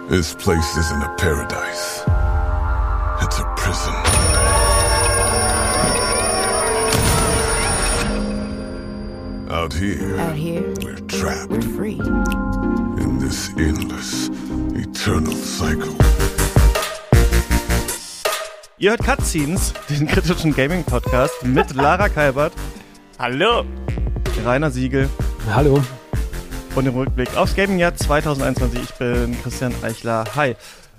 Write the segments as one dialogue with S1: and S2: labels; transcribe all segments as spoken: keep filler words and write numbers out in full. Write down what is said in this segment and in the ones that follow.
S1: This place isn't a paradise. It's a prison. Out here,
S2: Out here,
S1: we're trapped.
S2: we're free.
S1: In this endless, eternal cycle.
S3: Ihr hört Cutscenes, den kritischen Gaming-Podcast mit Lara Kalbert.
S4: Hallo.
S3: Rainer Siegel.
S5: Hallo.
S3: Und im Rückblick aufs Gaming-Jahr zwanzig einundzwanzig. Ich bin Christian Eichler. Hi.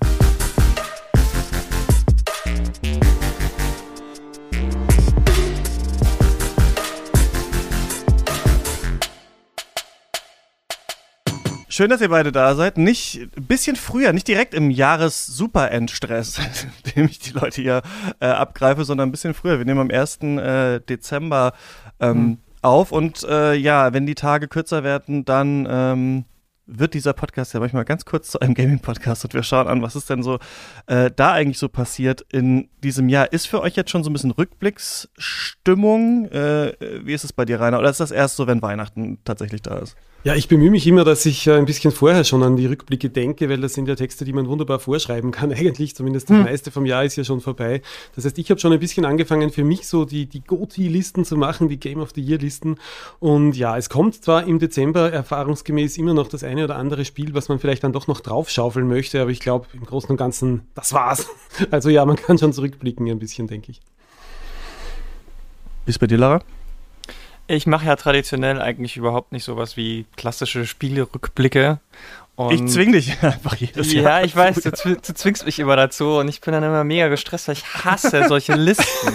S3: Schön, dass ihr beide da seid. Nicht ein bisschen früher, nicht direkt im Jahres-Super-Endstress, dem ich die Leute hier äh, abgreife, sondern ein bisschen früher. Wir nehmen am ersten Äh, Dezember ähm, hm. auf und äh, ja, wenn die Tage kürzer werden, dann ähm, wird dieser Podcast ja manchmal ganz kurz zu einem Gaming-Podcast und wir schauen an, was ist denn so äh, da eigentlich so passiert in diesem Jahr. Ist für euch jetzt schon so ein bisschen Rückblicksstimmung? Äh, wie ist es bei dir, Rainer? Oder ist das erst so, wenn Weihnachten tatsächlich da ist?
S5: Ja, ich bemühe mich immer, dass ich äh, ein bisschen vorher schon an die Rückblicke denke, weil das sind ja Texte, die man wunderbar vorschreiben kann eigentlich, zumindest das hm. meiste vom Jahr ist ja schon vorbei. Das heißt, ich habe schon ein bisschen angefangen, für mich so die, die G O T Y-Listen zu machen, die Game of the Year-Listen. Und ja, es kommt zwar im Dezember erfahrungsgemäß immer noch das eine oder andere Spiel, was man vielleicht dann doch noch draufschaufeln möchte, aber ich glaube, im Großen und Ganzen, das war's. Also ja, man kann schon zurückblicken ein bisschen, denke ich.
S3: Wie ist bei dir, Lara?
S4: Ich mache ja traditionell eigentlich überhaupt nicht sowas wie klassische Spiele-Rückblicke. Und
S3: ich zwing dich einfach jedes
S4: ja,
S3: Jahr.
S4: Ja, ich weiß, du, du zwingst mich immer dazu und ich bin dann immer mega gestresst, weil ich hasse solche Listen.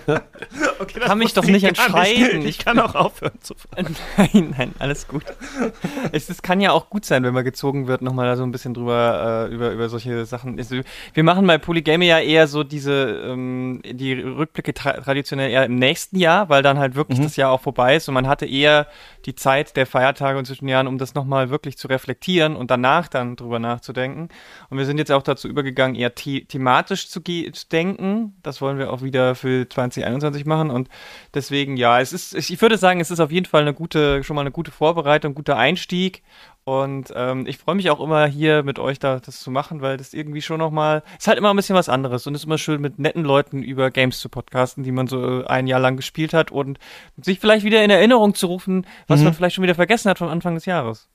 S3: Okay,
S4: kann mich doch nicht entscheiden.
S3: Nicht. Ich kann auch aufhören zu fragen.
S4: Nein, nein, alles gut. Es, es kann ja auch gut sein, wenn man gezogen wird, nochmal da so ein bisschen drüber, äh, über, über solche Sachen. Es, wir machen bei Polygame ja eher so diese, ähm, die Rückblicke tra- traditionell eher im nächsten Jahr, weil dann halt wirklich mhm. das Jahr auch vorbei ist und man hatte eher die Zeit der Feiertage und zwischen Jahren, um das nochmal wirklich zu reflektieren und danach dann drüber nachzudenken. Und wir sind jetzt auch dazu übergegangen, eher the- thematisch zu, ge- zu denken. Das wollen wir auch wieder für zwanzig einundzwanzig machen. Und deswegen, ja, es ist, ich würde sagen, es ist auf jeden Fall eine gute, schon mal eine gute Vorbereitung, guter Einstieg. Und ähm, ich freue mich auch immer hier mit euch da das zu machen, weil das irgendwie schon nochmal, ist halt immer ein bisschen was anderes und es ist immer schön mit netten Leuten über Games zu podcasten, die man so ein Jahr lang gespielt hat und sich vielleicht wieder in Erinnerung zu rufen, was mhm. man vielleicht schon wieder vergessen hat vom Anfang des Jahres.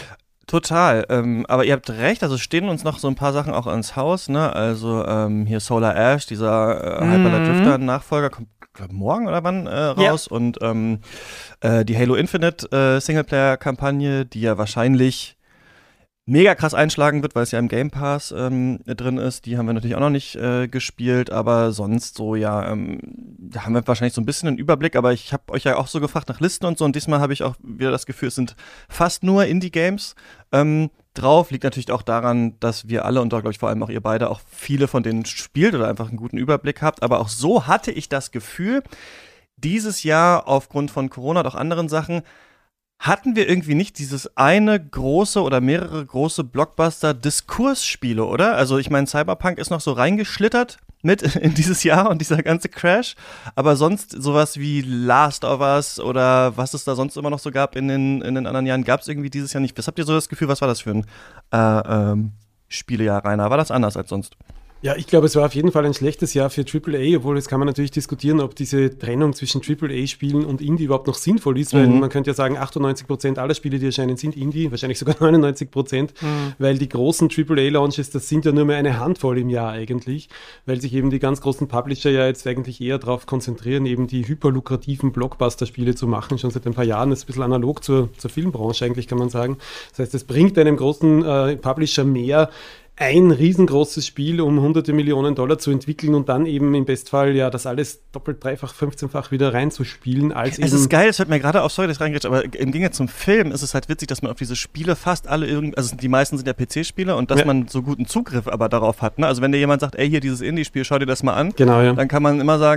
S3: Total, ähm, aber ihr habt recht, also stehen uns noch so ein paar Sachen auch ans Haus, ne, also ähm, hier Solar Ash, dieser äh, mhm. Hyper Light Drifter Nachfolger, kommt glaub, morgen oder wann äh, raus ja. und ähm, äh, die Halo Infinite äh, Singleplayer-Kampagne, die ja wahrscheinlich mega krass einschlagen wird, weil es ja im Game Pass ähm, drin ist. Die haben wir natürlich auch noch nicht äh, gespielt, aber sonst so, ja, ähm, da haben wir wahrscheinlich so ein bisschen einen Überblick, aber ich habe euch ja auch so gefragt nach Listen und so und diesmal habe ich auch wieder das Gefühl, es sind fast nur Indie-Games ähm, drauf. Liegt natürlich auch daran, dass wir alle und da glaube ich vor allem auch ihr beide auch viele von denen spielt oder einfach einen guten Überblick habt, aber auch so hatte ich das Gefühl, dieses Jahr aufgrund von Corona und auch anderen Sachen hatten wir irgendwie nicht dieses eine große oder mehrere große Blockbuster-Diskursspiele, oder? Also ich meine, Cyberpunk ist noch so reingeschlittert mit in dieses Jahr und dieser ganze Crash, aber sonst sowas wie Last of Us oder was es da sonst immer noch so gab in den, in den anderen Jahren, gab es irgendwie dieses Jahr nicht. Was habt ihr so das Gefühl, was war das für ein äh, ähm, Spielejahr, Rainer? War das anders als sonst?
S5: Ja, ich glaube, es war auf jeden Fall ein schlechtes Jahr für Triple A, obwohl jetzt kann man natürlich diskutieren, ob diese Trennung zwischen Triple A-Spielen und Indie überhaupt noch sinnvoll ist, weil mhm. man könnte ja sagen, achtundneunzig Prozent aller Spiele, die erscheinen, sind Indie, wahrscheinlich sogar neunundneunzig Prozent, mhm. weil die großen Triple A-Launches, das sind ja nur mehr eine Handvoll im Jahr eigentlich, weil sich eben die ganz großen Publisher ja jetzt eigentlich eher darauf konzentrieren, eben die hyperlukrativen Blockbuster-Spiele zu machen, schon seit ein paar Jahren. Das ist ein bisschen analog zur, zur Filmbranche eigentlich, kann man sagen. Das heißt, es bringt einem großen äh, Publisher mehr, ein riesengroßes Spiel um hunderte Millionen Dollar zu entwickeln und dann eben im Bestfall ja das alles doppelt, dreifach, fünfzehnfach wieder reinzuspielen. Als
S3: es
S5: eben
S3: ist geil, es hört mir gerade auf, sorry, dass ich reingrätsche, aber im Gegensatz zum Film ist es halt witzig, dass man auf diese Spiele fast alle irgendwie, also die meisten sind ja P C-Spiele und dass ja. man so guten Zugriff aber darauf hat. Ne? Also wenn dir jemand sagt, ey, hier dieses Indie-Spiel, schau dir das mal an,
S5: genau, ja.
S3: dann kann man immer sagen,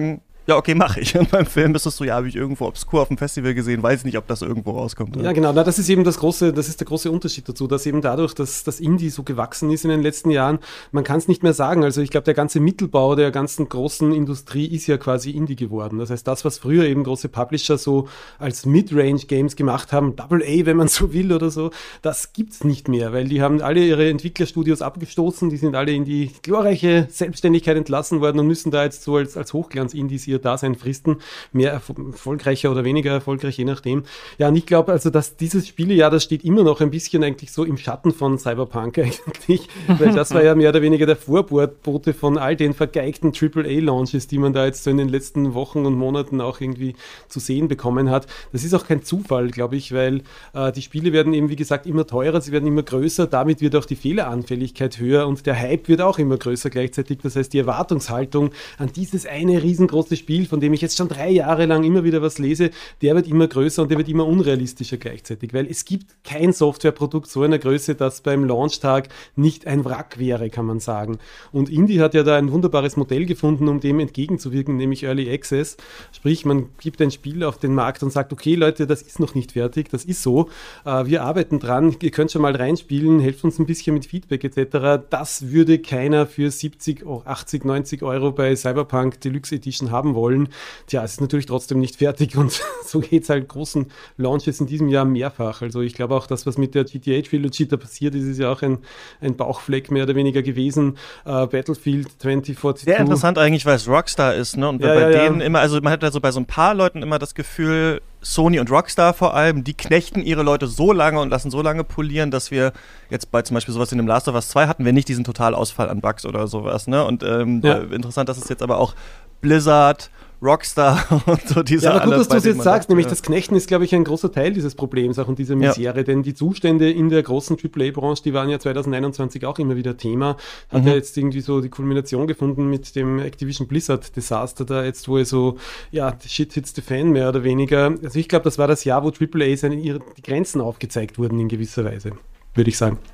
S3: ja, okay, mache ich. Und beim Film ist es so, ja, habe ich irgendwo obskur auf dem Festival gesehen, weiß nicht, ob das irgendwo rauskommt. Oder?
S5: Ja, genau, na, das ist eben das große, das ist der große Unterschied dazu, dass eben dadurch, dass das Indie so gewachsen ist in den letzten Jahren, man kann es nicht mehr sagen. Also ich glaube, der ganze Mittelbau der ganzen großen Industrie ist ja quasi Indie geworden. Das heißt, das, was früher eben große Publisher so als Mid-Range-Games gemacht haben, Double A, wenn man so will oder so, das gibt's nicht mehr, weil die haben alle ihre Entwicklerstudios abgestoßen, die sind alle in die glorreiche Selbstständigkeit entlassen worden und müssen da jetzt so als, als Hochglanz-Indies ihr Dasein fristen, mehr erfolgreicher oder weniger erfolgreich, je nachdem. Ja, und ich glaube also, dass dieses Spielejahr, das steht immer noch ein bisschen eigentlich so im Schatten von Cyberpunk eigentlich, weil das war ja mehr oder weniger der Vorbote von all den vergeigten Triple A-Launches, die man da jetzt so in den letzten Wochen und Monaten auch irgendwie zu sehen bekommen hat. Das ist auch kein Zufall, glaube ich, weil äh, die Spiele werden eben, wie gesagt, immer teurer, sie werden immer größer, damit wird auch die Fehleranfälligkeit höher und der Hype wird auch immer größer gleichzeitig. Das heißt, die Erwartungshaltung an dieses eine riesengroße Spiel, von dem ich jetzt schon drei Jahre lang immer wieder was lese, der wird immer größer und der wird immer unrealistischer gleichzeitig, weil es gibt kein Softwareprodukt so einer Größe, das beim Launchtag nicht ein Wrack wäre, kann man sagen. Und Indie hat ja da ein wunderbares Modell gefunden, um dem entgegenzuwirken, nämlich Early Access. Sprich, man gibt ein Spiel auf den Markt und sagt, okay Leute, das ist noch nicht fertig, das ist so, äh, wir arbeiten dran, ihr könnt schon mal reinspielen, helft uns ein bisschen mit Feedback et cetera. Das würde keiner für siebzig, achtzig, neunzig Euro bei Cyberpunk Deluxe Edition haben wollen. Tja, es ist natürlich trotzdem nicht fertig und so geht es halt großen Launches in diesem Jahr mehrfach. Also ich glaube auch, das, was mit der G T A-Trilogy da passiert ist, ist ja auch ein, ein Bauchfleck mehr oder weniger gewesen. Uh, Battlefield zwanzig vierzig.
S3: Sehr interessant eigentlich, weil es Rockstar ist, ne? Und
S5: ja,
S3: bei
S5: ja,
S3: denen
S5: ja.
S3: immer, also man hat ja so bei so ein paar Leuten immer das Gefühl, Sony und Rockstar vor allem, die knechten ihre Leute so lange und lassen so lange polieren, dass wir jetzt bei zum Beispiel sowas in dem Last of Us zwei hatten wir nicht diesen Totalausfall an Bugs oder sowas, ne? Und ähm, ja. interessant, dass es jetzt aber auch Blizzard, Rockstar und so diese.
S5: Ja, aber gut, dass du es jetzt sagst,
S3: sagt,
S5: nämlich
S3: ja.
S5: das Knechten ist, glaube ich, ein großer Teil dieses Problems, auch in dieser Misere, ja. denn die Zustände in der großen Triple A-Branche, die waren ja zwanzig einundzwanzig auch immer wieder Thema, hat mhm. ja jetzt irgendwie so die Kulmination gefunden mit dem Activision Blizzard-Desaster da jetzt, wo er so, ja, shit hits the fan mehr oder weniger. Also ich glaube, das war das Jahr, wo Triple A seine, ihre, die Grenzen aufgezeigt wurden in gewisser Weise, würde ich sagen.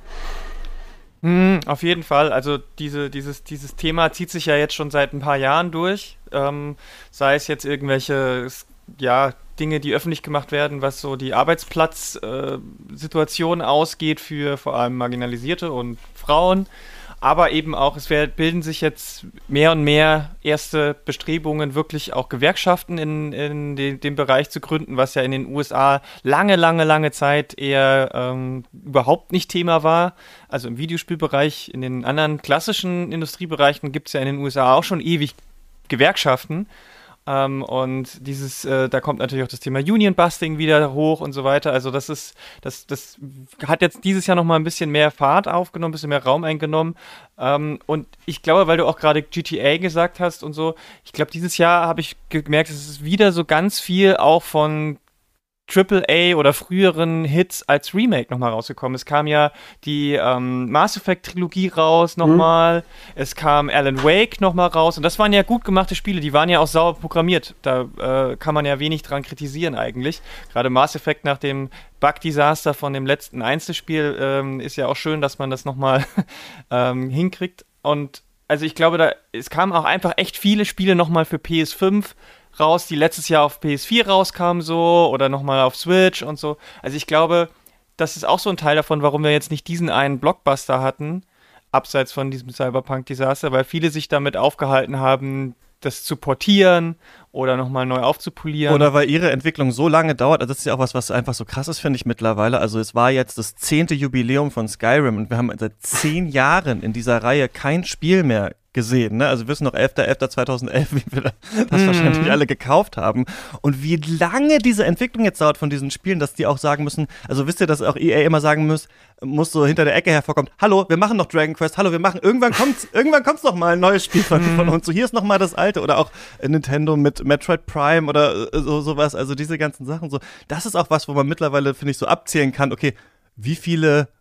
S4: Mm, auf jeden Fall. Also diese, dieses, dieses Thema zieht sich ja jetzt schon seit ein paar Jahren durch. Ähm, sei es jetzt irgendwelche ja, Dinge, die öffentlich gemacht werden, was so die Arbeitsplatzsituation äh, ausgeht für vor allem Marginalisierte und Frauen. Aber eben auch, es werden, bilden sich jetzt mehr und mehr erste Bestrebungen, wirklich auch Gewerkschaften in, in den, den Bereich zu gründen, was ja in den U S A lange, lange, lange Zeit eher ähm, überhaupt nicht Thema war. Also im Videospielbereich, in den anderen klassischen Industriebereichen gibt es ja in den U S A auch schon ewig Gewerkschaften. Ähm, und dieses, äh, da kommt natürlich auch das Thema Union-Busting wieder hoch und so weiter. Also das ist, das, das hat jetzt dieses Jahr nochmal ein bisschen mehr Fahrt aufgenommen, ein bisschen mehr Raum eingenommen. Ähm, und ich glaube, weil du auch gerade G T A gesagt hast und so, ich glaube, dieses Jahr habe ich gemerkt, es ist wieder so ganz viel auch von Triple A oder früheren Hits als Remake nochmal rausgekommen. Es kam ja die ähm, Mass Effect Trilogie raus nochmal, mhm. es kam Alan Wake nochmal raus und das waren ja gut gemachte Spiele, die waren ja auch sauber programmiert. Da äh, kann man ja wenig dran kritisieren eigentlich. Gerade Mass Effect nach dem Bug-Desaster von dem letzten Einzelspiel ähm, ist ja auch schön, dass man das nochmal ähm, hinkriegt. Und also ich glaube, da es kamen auch einfach echt viele Spiele nochmal für P S fünf raus, die letztes Jahr auf P S vier rauskamen so oder nochmal auf Switch und so. Also ich glaube, das ist auch so ein Teil davon, warum wir jetzt nicht diesen einen Blockbuster hatten, abseits von diesem Cyberpunk-Desaster, weil viele sich damit aufgehalten haben, das zu portieren oder nochmal neu aufzupolieren.
S3: Oder weil ihre Entwicklung so lange dauert, also das ist ja auch was, was einfach so krass ist, finde ich mittlerweile. Also es war jetzt das zehnte Jubiläum von Skyrim und wir haben seit zehn Jahren in dieser Reihe kein Spiel mehr gesehen, ne? Also wir wissen noch elfter elfter zweitausendelf, wie wir das mm. wahrscheinlich alle gekauft haben. Und wie lange diese Entwicklung jetzt dauert von diesen Spielen, dass die auch sagen müssen, also wisst ihr, dass auch E A immer sagen muss, muss so hinter der Ecke hervorkommt, hallo, wir machen noch Dragon Quest, hallo, wir machen, irgendwann kommt's, irgendwann kommt's noch mal ein neues Spiel von, von uns, so hier ist noch mal das alte oder auch Nintendo mit Metroid Prime oder so sowas, also diese ganzen Sachen, so, das ist auch was, wo man mittlerweile, finde ich, so abzählen kann, okay, wie viele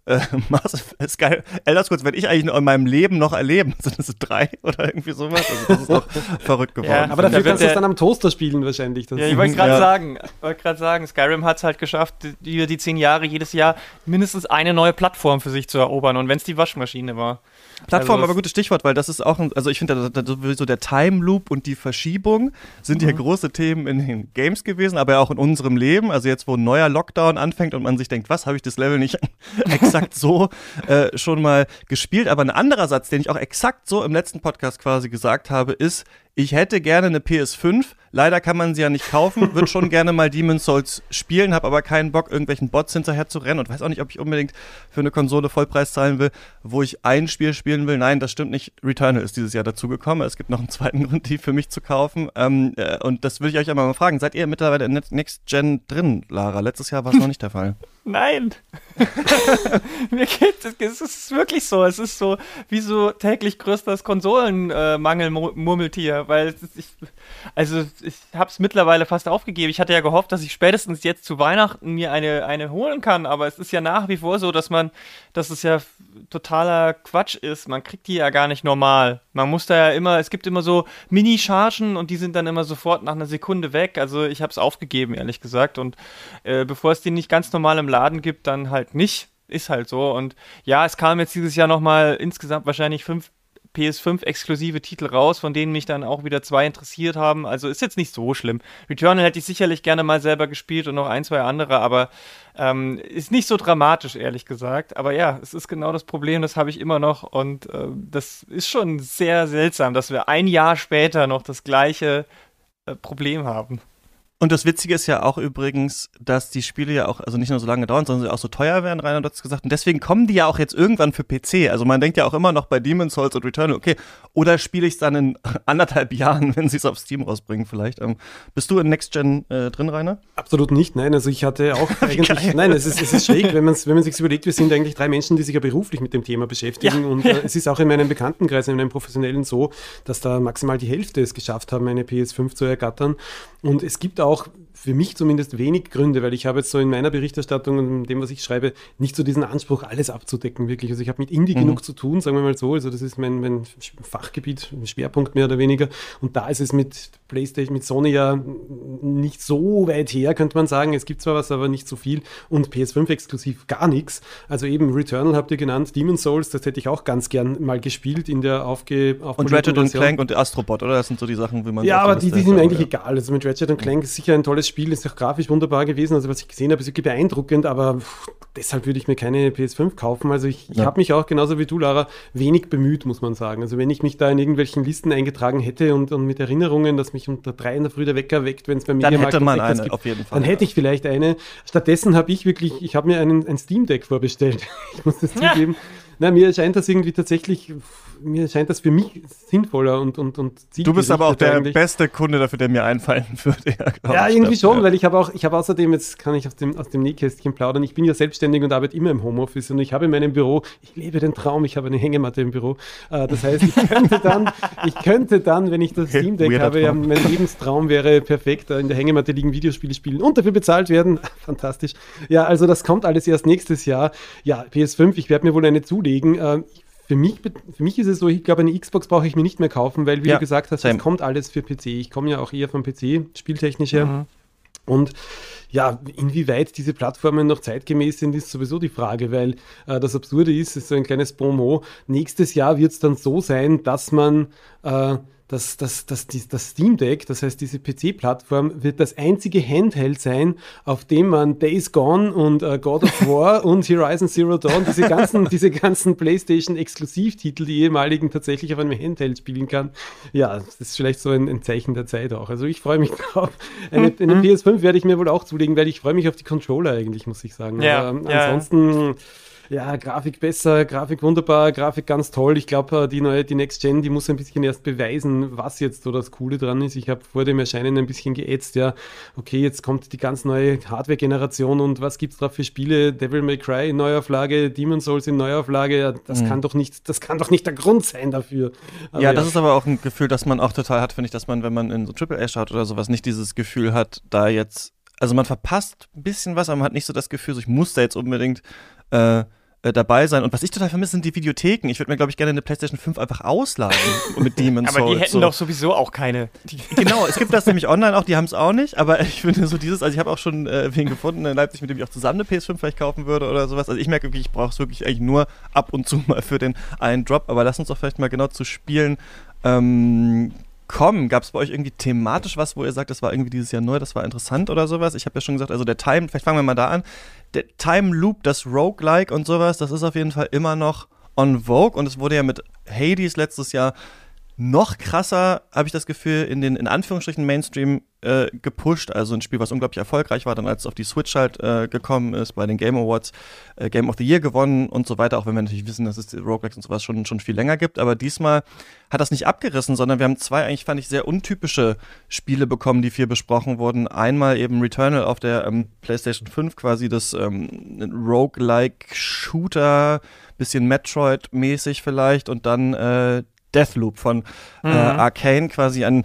S3: äh, Mass Sky Elder Scrolls werde ich eigentlich noch in meinem Leben noch erleben. Sind das drei oder irgendwie sowas? Also das ist doch verrückt geworden.
S4: Ja,
S5: aber dafür
S4: da
S5: kannst du es dann am Toaster spielen wahrscheinlich. Das
S4: ja, ich wollte gerade
S3: ja.
S4: sagen, wollte gerade sagen, Skyrim hat es halt geschafft, die, über die zehn Jahre jedes Jahr mindestens eine neue Plattform für sich zu erobern. Und wenn es die Waschmaschine war.
S3: Plattform,
S4: Also
S3: aber gutes Stichwort, weil das ist auch, ein, also ich finde, da, da, sowieso der Time Loop und die Verschiebung sind hier mhm. große Themen in den Games gewesen, aber auch in unserem Leben. Also jetzt, wo ein neuer Lockdown anfängt und man sich denkt, was, habe ich das Level nicht exakt so äh, schon mal gespielt? Aber ein anderer Satz, den ich auch exakt so im letzten Podcast quasi gesagt habe, ist, ich hätte gerne eine P S fünf, leider kann man sie ja nicht kaufen, würde schon gerne mal Demon's Souls spielen, habe aber keinen Bock, irgendwelchen Bots hinterher zu rennen und weiß auch nicht, ob ich unbedingt für eine Konsole Vollpreis zahlen will, wo ich ein Spiel spielen will. Nein, das stimmt nicht. Returnal ist dieses Jahr dazugekommen. Es gibt noch einen zweiten Grund, die für mich zu kaufen. Ähm, äh, und das will ich euch einmal mal fragen. Seid ihr mittlerweile in Next Gen drin, Lara? Letztes Jahr war es noch nicht der Fall.
S4: Nein. Mir geht es, es ist wirklich so. Es ist so wie so täglich größtes Konsolenmangel-Murmeltier, weil es ist, ich, also ich habe es mittlerweile fast aufgegeben. Ich hatte ja gehofft, dass ich spätestens jetzt zu Weihnachten mir eine, eine holen kann, aber es ist ja nach wie vor so, dass man, dass es ja totaler Quatsch ist. Man kriegt die ja gar nicht normal. Man muss da ja immer, es gibt immer so Mini-Chargen und die sind dann immer sofort nach einer Sekunde weg. Also ich habe es aufgegeben, ehrlich gesagt. Und äh, bevor es die nicht ganz normal im Laden gibt, dann halt nicht. Ist halt so. Und ja, es kamen jetzt dieses Jahr nochmal insgesamt wahrscheinlich fünf P S fünf exklusive Titel raus, von denen mich dann auch wieder zwei interessiert haben. Also ist jetzt nicht so schlimm. Returnal hätte ich sicherlich gerne mal selber gespielt und noch ein, zwei andere, aber ähm, ist nicht so dramatisch, ehrlich gesagt. Aber ja, es ist genau das Problem, das habe ich immer noch und äh, das ist schon sehr seltsam, dass wir ein Jahr später noch das gleiche äh, Problem haben.
S3: Und das Witzige ist ja auch übrigens, dass die Spiele ja auch, also nicht nur so lange dauern, sondern sie auch so teuer werden, Rainer hat es gesagt. Und deswegen kommen die ja auch jetzt irgendwann für P C. Also man denkt ja auch immer noch bei Demon's Souls und Returnal, okay, oder spiele ich es dann in anderthalb Jahren, wenn sie es auf Steam rausbringen vielleicht. Ähm, bist du in Next Gen äh, drin, Rainer?
S5: Absolut nicht, nein. Also ich hatte auch eigentlich, nein, es ist, es ist schräg, wenn man wenn man sich überlegt, wir sind eigentlich drei Menschen, die sich ja beruflich mit dem Thema beschäftigen. Ja. Und äh, es ist auch in meinem Bekanntenkreis, in meinem Professionellen so, dass da maximal die Hälfte es geschafft haben, eine P S fünf zu ergattern. Und es gibt auch für mich zumindest wenig Gründe, weil ich habe jetzt so in meiner Berichterstattung und in dem, was ich schreibe, nicht so diesen Anspruch, alles abzudecken, wirklich. Also ich habe mit Indie mhm. genug zu tun, sagen wir mal so. Also das ist mein, mein Fachgebiet, ein Schwerpunkt mehr oder weniger. Und da ist es mit PlayStation, mit Sony ja nicht so weit her, könnte man sagen. Es gibt zwar was, aber nicht so viel. Und P S fünf exklusiv gar nichts. Also eben Returnal habt ihr genannt, Demon's Souls, das hätte ich auch ganz gern mal gespielt in der aufge...
S3: Und Ratchet und Clank und Astrobot, oder? Das sind so die Sachen, wie man...
S5: Ja, aber die, die sind eigentlich ja. egal. Also mit Ratchet und Clank ist sicher ein tolles Spiel, ist auch grafisch wunderbar gewesen, also was ich gesehen habe, ist wirklich beeindruckend, aber pff, deshalb würde ich mir keine P S fünf kaufen. Also ich, ich ja. habe mich auch, genauso wie du, Lara, wenig bemüht, muss man sagen. Also wenn ich mich da in irgendwelchen Listen eingetragen hätte und, und mit Erinnerungen, dass mich unter drei in der Früh der Wecker weckt, wenn es beim Mediamarkt
S3: dann hätte man eine,
S5: gibt,
S3: auf jeden Fall.
S5: Dann hätte ich vielleicht eine. Stattdessen habe ich wirklich, ich habe mir einen, ein Steam Deck vorbestellt. Ich muss das ja. zugeben. Na, mir erscheint das irgendwie tatsächlich, mir erscheint das für mich sinnvoller und und und
S3: Du bist aber auch der eigentlich. beste Kunde dafür, der mir einfallen würde.
S5: Ja, ja irgendwie schon, ja. weil ich habe auch, ich habe außerdem, jetzt kann ich aus dem, aus dem Nähkästchen plaudern, ich bin ja selbstständig und arbeite immer im Homeoffice und ich habe in meinem Büro, ich lebe den Traum, ich habe eine Hängematte im Büro. Äh, das heißt, ich könnte dann, ich könnte dann, wenn ich das Steam Deck Weirder habe, ja, mein Lebenstraum wäre perfekt, in der Hängematte liegen, Videospiele spielen und dafür bezahlt werden. Fantastisch. Ja, also das kommt alles erst nächstes Jahr. Ja, P S fünf, ich werde mir wohl eine zulegen. Äh, Für mich, für mich ist es so, ich glaube, eine Xbox brauche ich mir nicht mehr kaufen, weil, wie ja, du gesagt hast, es kommt alles für P C. Ich komme ja auch eher vom P C, spieltechnisch her. Mhm. Und ja, inwieweit diese Plattformen noch zeitgemäß sind, ist sowieso die Frage, weil äh, das Absurde ist, ist so ein kleines Promo. Nächstes Jahr wird es dann so sein, dass man äh, Das, das, das, das Steam Deck, das heißt diese P C-Plattform, wird das einzige Handheld sein, auf dem man Days Gone und uh, God of War und Horizon Zero Dawn, diese ganzen, diese ganzen PlayStation-Exklusivtitel, die ehemaligen, tatsächlich auf einem Handheld spielen kann. Ja, das ist vielleicht so ein, ein Zeichen der Zeit auch. Also ich freue mich drauf. Eine, eine mhm. P S fünf werde ich mir wohl auch zulegen, weil ich freue mich auf die Controller eigentlich, muss ich sagen.
S4: Ja,
S5: Aber
S4: ja,
S5: ansonsten... Ja, Grafik besser, Grafik wunderbar, Grafik ganz toll. Ich glaube, die neue, die Next Gen, die muss ein bisschen erst beweisen, was jetzt so das Coole dran ist. Ich habe vor dem Erscheinen ein bisschen geätzt, ja, okay, jetzt kommt die ganz neue Hardware-Generation und was gibt's drauf für Spiele? Devil May Cry in Neuauflage, Demon's Souls in Neuauflage, ja, das mhm. kann doch nicht, das kann doch nicht der Grund sein dafür.
S3: Aber ja, das ja. ist aber auch ein Gefühl, das man auch total hat, finde ich, dass man, wenn man in so Triple A schaut oder sowas, nicht dieses Gefühl hat, da jetzt, also man verpasst ein bisschen was, aber man hat nicht so das Gefühl, so, ich muss da jetzt unbedingt äh, äh, dabei sein. Und was ich total vermisse, sind die Videotheken. Ich würde mir, glaube ich, gerne eine PlayStation fünf einfach ausladen mit Demon's Souls.
S4: Aber die hätten
S3: so.
S4: doch sowieso auch keine. Die
S3: Genau, es gibt das nämlich online auch, die haben es auch nicht, aber ich finde so dieses, also ich habe auch schon äh, wen gefunden in Leipzig, mit dem ich auch zusammen eine P S fünf vielleicht kaufen würde oder sowas. Also ich merke wirklich, ich brauche es wirklich eigentlich nur ab und zu mal für den einen Drop, aber lass uns doch vielleicht mal genau zu Spielen ähm, kommen. Gab es bei euch irgendwie thematisch was, wo ihr sagt, das war irgendwie dieses Jahr neu, das war interessant oder sowas? Ich habe ja schon gesagt, also der Time, vielleicht fangen wir mal da an, der Time Loop, das Roguelike und sowas, das ist auf jeden Fall immer noch on vogue und es wurde ja mit Hades letztes Jahr noch krasser, habe ich das Gefühl, in den in Anführungsstrichen Mainstream äh, gepusht. Also ein Spiel, was unglaublich erfolgreich war, dann als es auf die Switch halt äh, gekommen ist, bei den Game Awards äh, Game of the Year gewonnen und so weiter, auch wenn wir natürlich wissen, dass es Roguelikes und sowas schon, schon viel länger gibt. Aber diesmal hat das nicht abgerissen, sondern wir haben zwei eigentlich, fand ich, sehr untypische Spiele bekommen, die viel besprochen wurden. Einmal eben Returnal auf der ähm, PlayStation fünf, quasi das ähm, Roguelike-Shooter, bisschen Metroid-mäßig vielleicht und dann äh, Deathloop von mhm. äh, Arcane, quasi ein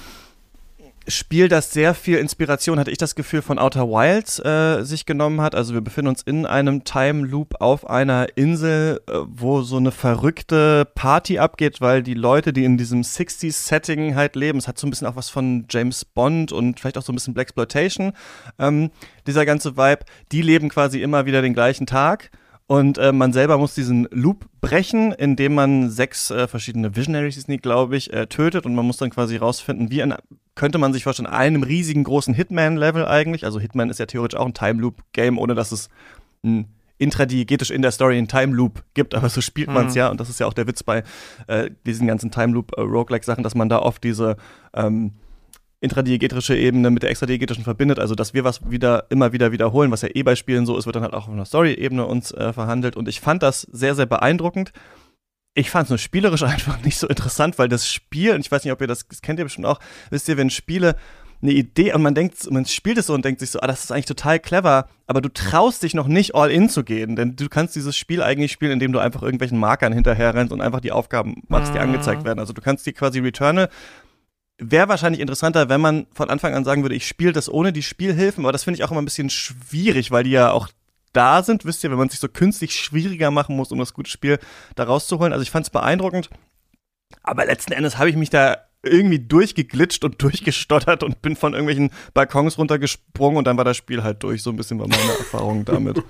S3: Spiel, das sehr viel Inspiration, hatte ich das Gefühl, von Outer Wilds äh, sich genommen hat. Also wir befinden uns in einem Time Loop auf einer Insel, äh, wo so eine verrückte Party abgeht, weil die Leute, die in diesem sechziger-Setting halt leben, es hat so ein bisschen auch was von James Bond und vielleicht auch so ein bisschen Blaxploitation, ähm, dieser ganze Vibe, die leben quasi immer wieder den gleichen Tag. Und äh, man selber muss diesen Loop brechen, indem man sechs äh, verschiedene Visionaries, glaube ich, äh, tötet. Und man muss dann quasi rausfinden, wie ein, könnte man sich vorstellen, einem riesigen großen Hitman-Level eigentlich. Also Hitman ist ja theoretisch auch ein Time-Loop-Game, ohne dass es ein intradiegetisch in der Story einen Time-Loop gibt. Aber so spielt man es mhm. ja. Und das ist ja auch der Witz bei äh, diesen ganzen Time-Loop-Roguelike-Sachen, dass man da oft diese ähm, intradiegetische Ebene mit der extradiegetischen verbindet, also dass wir was wieder immer wieder wiederholen, was ja eh bei Spielen so ist, wird dann halt auch auf einer Story-Ebene uns äh, verhandelt und ich fand das sehr, sehr beeindruckend. Ich fand es nur spielerisch einfach nicht so interessant, weil das Spiel, und ich weiß nicht, ob ihr das, das kennt ihr bestimmt auch, wisst ihr, wenn Spiele eine Idee und man denkt, man spielt es so und denkt sich so, ah, das ist eigentlich total clever, aber du traust dich noch nicht all in zu gehen, denn du kannst dieses Spiel eigentlich spielen, indem du einfach irgendwelchen Markern hinterher rennst und einfach die Aufgaben machst, die mhm. angezeigt werden. Also du kannst dir quasi Returnal wäre wahrscheinlich interessanter, wenn man von Anfang an sagen würde, ich spiele das ohne die Spielhilfen, aber das finde ich auch immer ein bisschen schwierig, weil die ja auch da sind, wisst ihr, wenn man sich so künstlich schwieriger machen muss, um das gute Spiel da rauszuholen. Also ich fand es beeindruckend, aber letzten Endes habe ich mich da irgendwie durchgeglitscht und durchgestottert und bin von irgendwelchen Balkons runtergesprungen und dann war das Spiel halt durch. So ein bisschen war meine Erfahrung damit.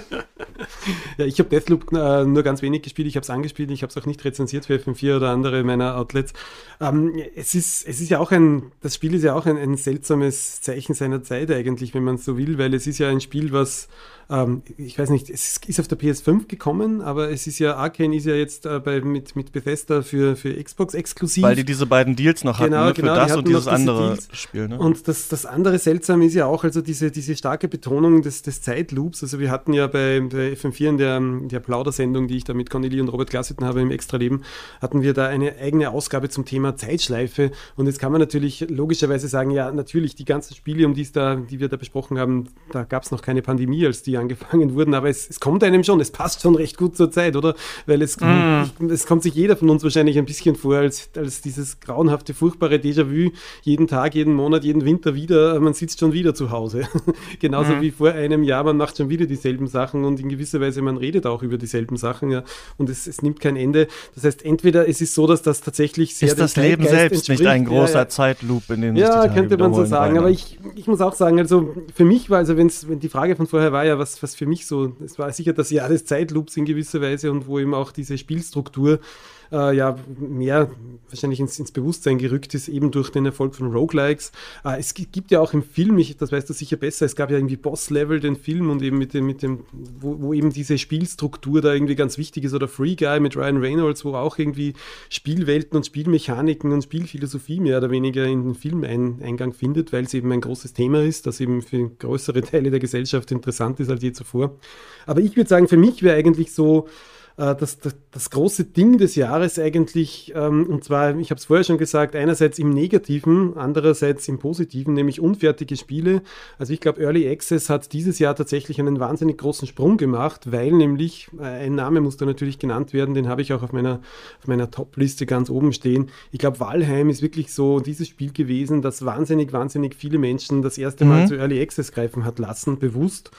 S5: Ja, ich habe Deathloop äh, nur ganz wenig gespielt, ich habe es angespielt, ich habe es auch nicht rezensiert für F M vier oder andere meiner Outlets. Ähm, es ist, es ist ja auch ein, das Spiel ist ja auch ein, ein seltsames Zeichen seiner Zeit eigentlich, wenn man es so will, weil es ist ja ein Spiel, was ähm, ich weiß nicht, es ist auf der P S fünf gekommen, aber es ist ja, Arcane ist ja jetzt äh, bei, mit, mit Bethesda für, für Xbox exklusiv.
S3: Weil die diese beiden Deals noch hatten,
S5: genau,
S3: ne?
S5: genau,
S3: für das
S5: die
S3: und dieses
S5: diese
S3: andere
S5: Deals.
S3: Spiel. Ne?
S5: Und das, das andere Seltsame ist ja auch, also diese, diese starke Betonung des, des Zeitloops, also wir hatten ja bei, bei F M vier in der, der Plaudersendung, die ich da mit Cornelie und Robert Glassitten habe im Extraleben, hatten wir da eine eigene Ausgabe zum Thema Zeitschleife und jetzt kann man natürlich logischerweise sagen, ja natürlich, die ganzen Spiele, um die es da, die wir da besprochen haben, da gab es noch keine Pandemie, als die angefangen wurden, aber es, es kommt einem schon, es passt schon recht gut zur Zeit, oder? Weil es, mm. ich, es kommt sich jeder von uns wahrscheinlich ein bisschen vor, als, als dieses grauenhafte, furchtbare Déjà-vu, jeden Tag, jeden Monat, jeden Winter wieder, man sitzt schon wieder zu Hause. Genauso mm. wie vor einem Jahr, man macht schon wieder dieselben Sachen und in gewisser Weise, man redet auch über dieselben Sachen, ja, und es, es nimmt kein Ende. Das heißt, entweder es ist so, dass das tatsächlich sehr
S3: ist das Leben selbst nicht ein großer ja, ja. Zeitloop, in dem sich
S5: ja,
S3: die Tage
S5: könnte man so sagen,
S3: rein.
S5: Aber ich, ich muss auch sagen, also für mich war, also wenn's, wenn die Frage von vorher war ja, was, was für mich so, es war sicher das Jahr des Zeitloops in gewisser Weise und wo eben auch diese Spielstruktur äh, ja mehr wahrscheinlich ins, ins Bewusstsein gerückt ist, eben durch den Erfolg von Roguelikes. Äh, es gibt ja auch im Film, ich, das weißt du sicher besser, es gab ja irgendwie Boss-Level, den Film und eben mit dem, mit dem wo, wo eben diese Spielstruktur da irgendwie ganz wichtig ist, oder Free Guy mit Ryan Reynolds, wo auch irgendwie Spielwelten und Spielmechaniken und Spielphilosophie mehr oder weniger in den Film ein, Eingang findet, weil es eben ein großes Thema ist, das eben für größere Teile der Gesellschaft interessant ist als je zuvor. Aber ich würde sagen, für mich wäre eigentlich so Das, das, das große Ding des Jahres eigentlich, ähm, und zwar, ich habe es vorher schon gesagt, einerseits im Negativen, andererseits im Positiven, nämlich unfertige Spiele. Also ich glaube, Early Access hat dieses Jahr tatsächlich einen wahnsinnig großen Sprung gemacht, weil nämlich, äh, ein Name muss da natürlich genannt werden, den habe ich auch auf meiner, auf meiner Top-Liste ganz oben stehen. Ich glaube, Valheim ist wirklich so dieses Spiel gewesen, das wahnsinnig, wahnsinnig viele Menschen das erste Mal mhm. zu Early Access greifen hat lassen, bewusst.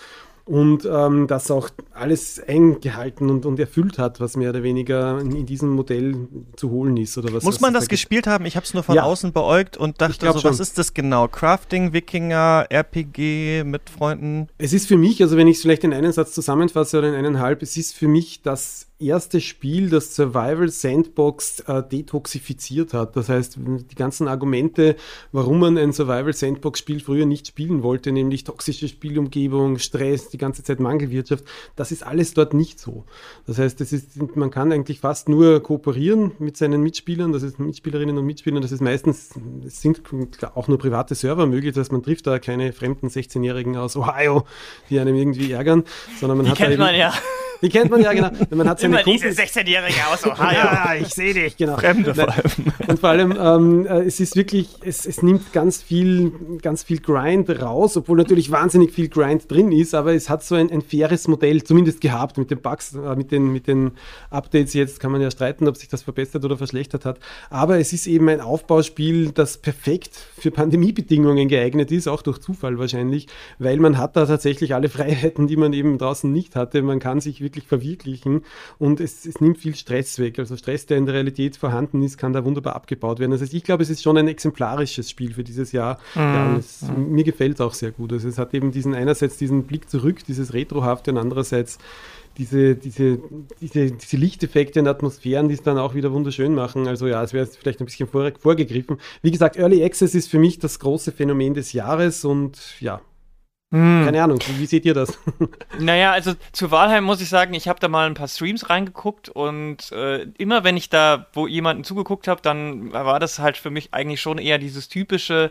S5: und ähm, das auch alles eingehalten und, und erfüllt hat, was mehr oder weniger in, in diesem Modell zu holen ist. Oder was,
S3: Muss
S5: was
S3: man das
S5: da
S3: gespielt haben? Ich habe es nur von
S5: ja.
S3: außen beäugt und dachte so,
S5: schon.
S3: was ist das genau? Crafting, Wikinger, R P G mit Freunden?
S5: Es ist für mich, also wenn ich es vielleicht in einen Satz zusammenfasse oder in eineinhalb, es ist für mich das erste Spiel, das Survival Sandbox äh, detoxifiziert hat. Das heißt, die ganzen Argumente, warum man ein Survival Sandbox Spiel früher nicht spielen wollte, nämlich toxische Spielumgebung, Stress, die ganze Zeit Mangelwirtschaft, das ist alles dort nicht so. Das heißt, das ist, man kann eigentlich fast nur kooperieren mit seinen Mitspielern, das ist Mitspielerinnen und Mitspielern, das ist meistens, es sind auch nur private Server möglich, das heißt, man trifft da keine fremden sechzehnjährigen aus Ohio, die einem irgendwie ärgern, sondern man
S4: Die
S5: hat
S4: kennt
S5: da
S4: man ja.
S5: Die kennt man ja, genau. Man hat seine
S4: Immer diese
S5: Kumpels.
S4: sechzehnjährige aus Ohio.
S5: Ja, ich sehe dich, genau.
S3: Fremde vor allem.
S5: Und vor allem, ähm, äh, es ist wirklich, es, es nimmt ganz viel, ganz viel Grind raus, obwohl natürlich wahnsinnig viel Grind drin ist, aber es hat so ein, ein faires Modell zumindest gehabt mit den Bugs, äh, mit den, mit den Updates. Jetzt kann man ja streiten, ob sich das verbessert oder verschlechtert hat. Aber es ist eben ein Aufbauspiel, das perfekt für Pandemiebedingungen geeignet ist, auch durch Zufall wahrscheinlich, weil man hat da tatsächlich alle Freiheiten, die man eben draußen nicht hatte. Man kann sich wirklich verwirklichen und es, es nimmt viel Stress weg. Also Stress, der in der Realität vorhanden ist, kann da wunderbar abgebaut werden. Also ich glaube, es ist schon ein exemplarisches Spiel für dieses Jahr. Mhm. Ja, und es, mhm. mir gefällt es auch sehr gut. Also es hat eben diesen einerseits diesen Blick zurück, dieses Retrohafte und andererseits diese, diese, diese, diese Lichteffekte und Atmosphären, die es dann auch wieder wunderschön machen. Also ja, es wäre jetzt vielleicht ein bisschen vor, vorgegriffen. Wie gesagt, Early Access ist für mich das große Phänomen des Jahres und ja, Hm. keine Ahnung, wie seht ihr das?
S4: Naja, also zu Valheim muss ich sagen, ich habe da mal ein paar Streams reingeguckt und äh, immer wenn ich da, wo jemanden zugeguckt habe, dann war das halt für mich eigentlich schon eher dieses typische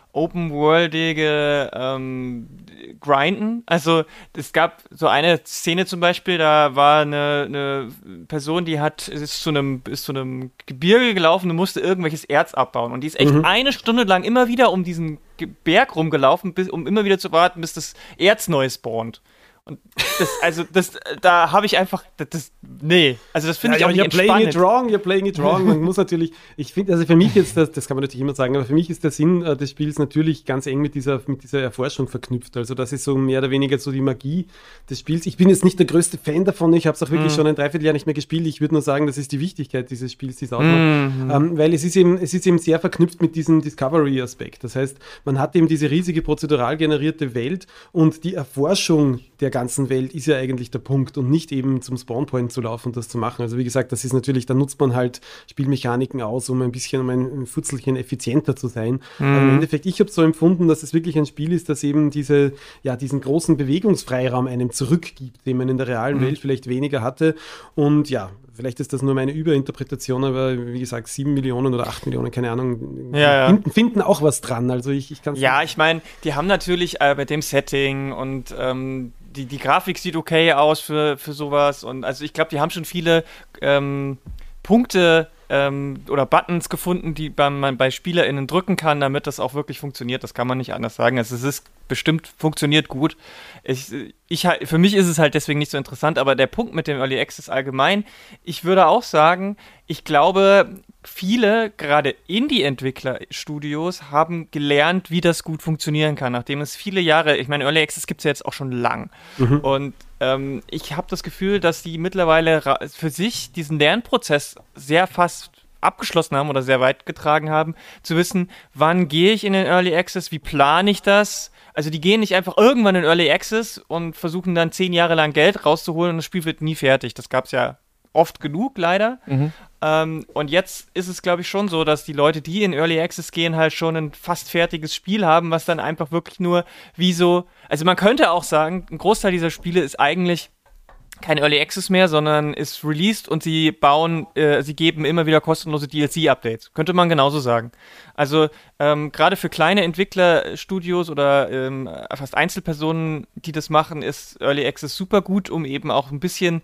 S4: open-worldige ähm, Grinden. Also es gab so eine Szene zum Beispiel, da war eine, eine Person, die hat ist zu einem ist zu einem Gebirge gelaufen und musste irgendwelches Erz abbauen und die ist echt mhm. eine Stunde lang immer wieder um diesen Berg rumgelaufen, bis, um immer wieder zu warten, bis das Erz neu spawnt. Und das, also, das, da habe ich einfach, das, das nee, also das finde ja, ich auch
S5: ja,
S4: nicht
S5: you're
S4: entspannend.
S5: playing it wrong, you're playing it wrong. Man muss natürlich, ich finde, also für mich jetzt, das, das kann man natürlich immer sagen, aber für mich ist der Sinn äh, des Spiels natürlich ganz eng mit dieser, mit dieser Erforschung verknüpft. Also das ist so mehr oder weniger so die Magie des Spiels. Ich bin jetzt nicht der größte Fan davon, ich habe es auch wirklich mm. schon ein Dreivierteljahr nicht mehr gespielt. Ich würde nur sagen, das ist die Wichtigkeit dieses Spiels, die es ausmacht. Mm. Ähm, weil es ist, eben, es ist eben sehr verknüpft mit diesem Discovery-Aspekt. Das heißt, man hat eben diese riesige prozedural generierte Welt und die Erforschung der ganzen Welt ist ja eigentlich der Punkt und nicht eben zum Spawnpoint zu laufen und das zu machen. Also wie gesagt, das ist natürlich, da nutzt man halt Spielmechaniken aus, um ein bisschen, um ein Futzelchen effizienter zu sein. Mhm. Aber im Endeffekt, ich habe es so empfunden, dass es wirklich ein Spiel ist, das eben diese, ja, diesen großen Bewegungsfreiraum einem zurückgibt, den man in der realen mhm. Welt vielleicht weniger hatte. Und ja, vielleicht ist das nur meine Überinterpretation, aber wie gesagt, sieben Millionen oder acht Millionen, keine Ahnung,
S4: ja,
S5: finden, finden auch was dran. Also ich, ich kann's
S4: Ja, ich meine, die haben natürlich äh, mit dem Setting und ähm, die, die Grafik sieht okay aus für, für sowas. Und also ich glaube, die haben schon viele ähm, Punkte ähm, oder Buttons gefunden, die man bei SpielerInnen drücken kann, damit das auch wirklich funktioniert. Das kann man nicht anders sagen. Also es ist bestimmt, funktioniert gut. Ich, ich, für mich ist es halt deswegen nicht so interessant, aber der Punkt mit dem Early Access allgemein, ich würde auch sagen, ich glaube, viele, gerade Indie-Entwickler-Studios, haben gelernt, wie das gut funktionieren kann, nachdem es viele Jahre, ich meine, Early Access gibt es ja jetzt auch schon lang. Mhm. Und ähm, ich habe das Gefühl, dass die mittlerweile ra- für sich diesen Lernprozess sehr fast abgeschlossen haben oder sehr weit getragen haben, zu wissen, wann gehe ich in den Early Access, wie plane ich das. Also die gehen nicht einfach irgendwann in Early Access und versuchen dann zehn Jahre lang Geld rauszuholen und das Spiel wird nie fertig. Das gab es ja oft genug, leider. Mhm. Ähm, und jetzt ist es, glaube ich, schon so, dass die Leute, die in Early Access gehen, halt schon ein fast fertiges Spiel haben, was dann einfach wirklich nur wie so, also man könnte auch sagen, ein Großteil dieser Spiele ist eigentlich kein Early Access mehr, sondern ist released und sie bauen, äh, sie geben immer wieder kostenlose D L C-Updates. Könnte man genauso sagen. Also ähm, gerade für kleine Entwicklerstudios oder ähm, fast Einzelpersonen, die das machen, ist Early Access super gut, um eben auch ein bisschen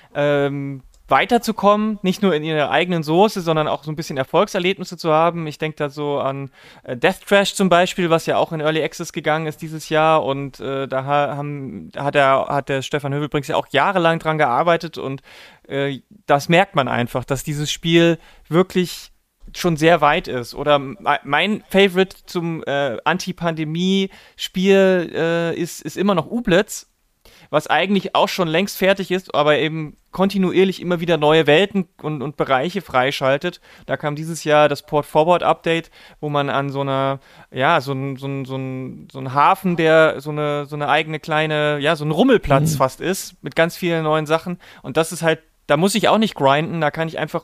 S4: ähm, weiterzukommen, nicht nur in ihrer eigenen Soße, sondern auch so ein bisschen Erfolgserlebnisse zu haben. Ich denke da so an äh, Death Trash zum Beispiel, was ja auch in Early Access gegangen ist dieses Jahr und äh, da haben, hat, der, hat der Stefan Hövelbrings ja auch jahrelang dran gearbeitet und äh, das merkt man einfach, dass dieses Spiel wirklich schon sehr weit ist. Oder mein Favorite zum äh, Anti-Pandemie-Spiel äh, ist, ist immer noch Ooblets. was eigentlich auch schon längst fertig ist, aber eben kontinuierlich immer wieder neue Welten und, und Bereiche freischaltet. Da kam dieses Jahr das Port-Forward-Update, wo man an so einer, ja, so ein, so ein, so ein, so ein Hafen, der so eine, so eine eigene kleine, ja, so ein Rummelplatz mhm. fast ist, mit ganz vielen neuen Sachen. Und das ist halt, da muss ich auch nicht grinden, da kann ich einfach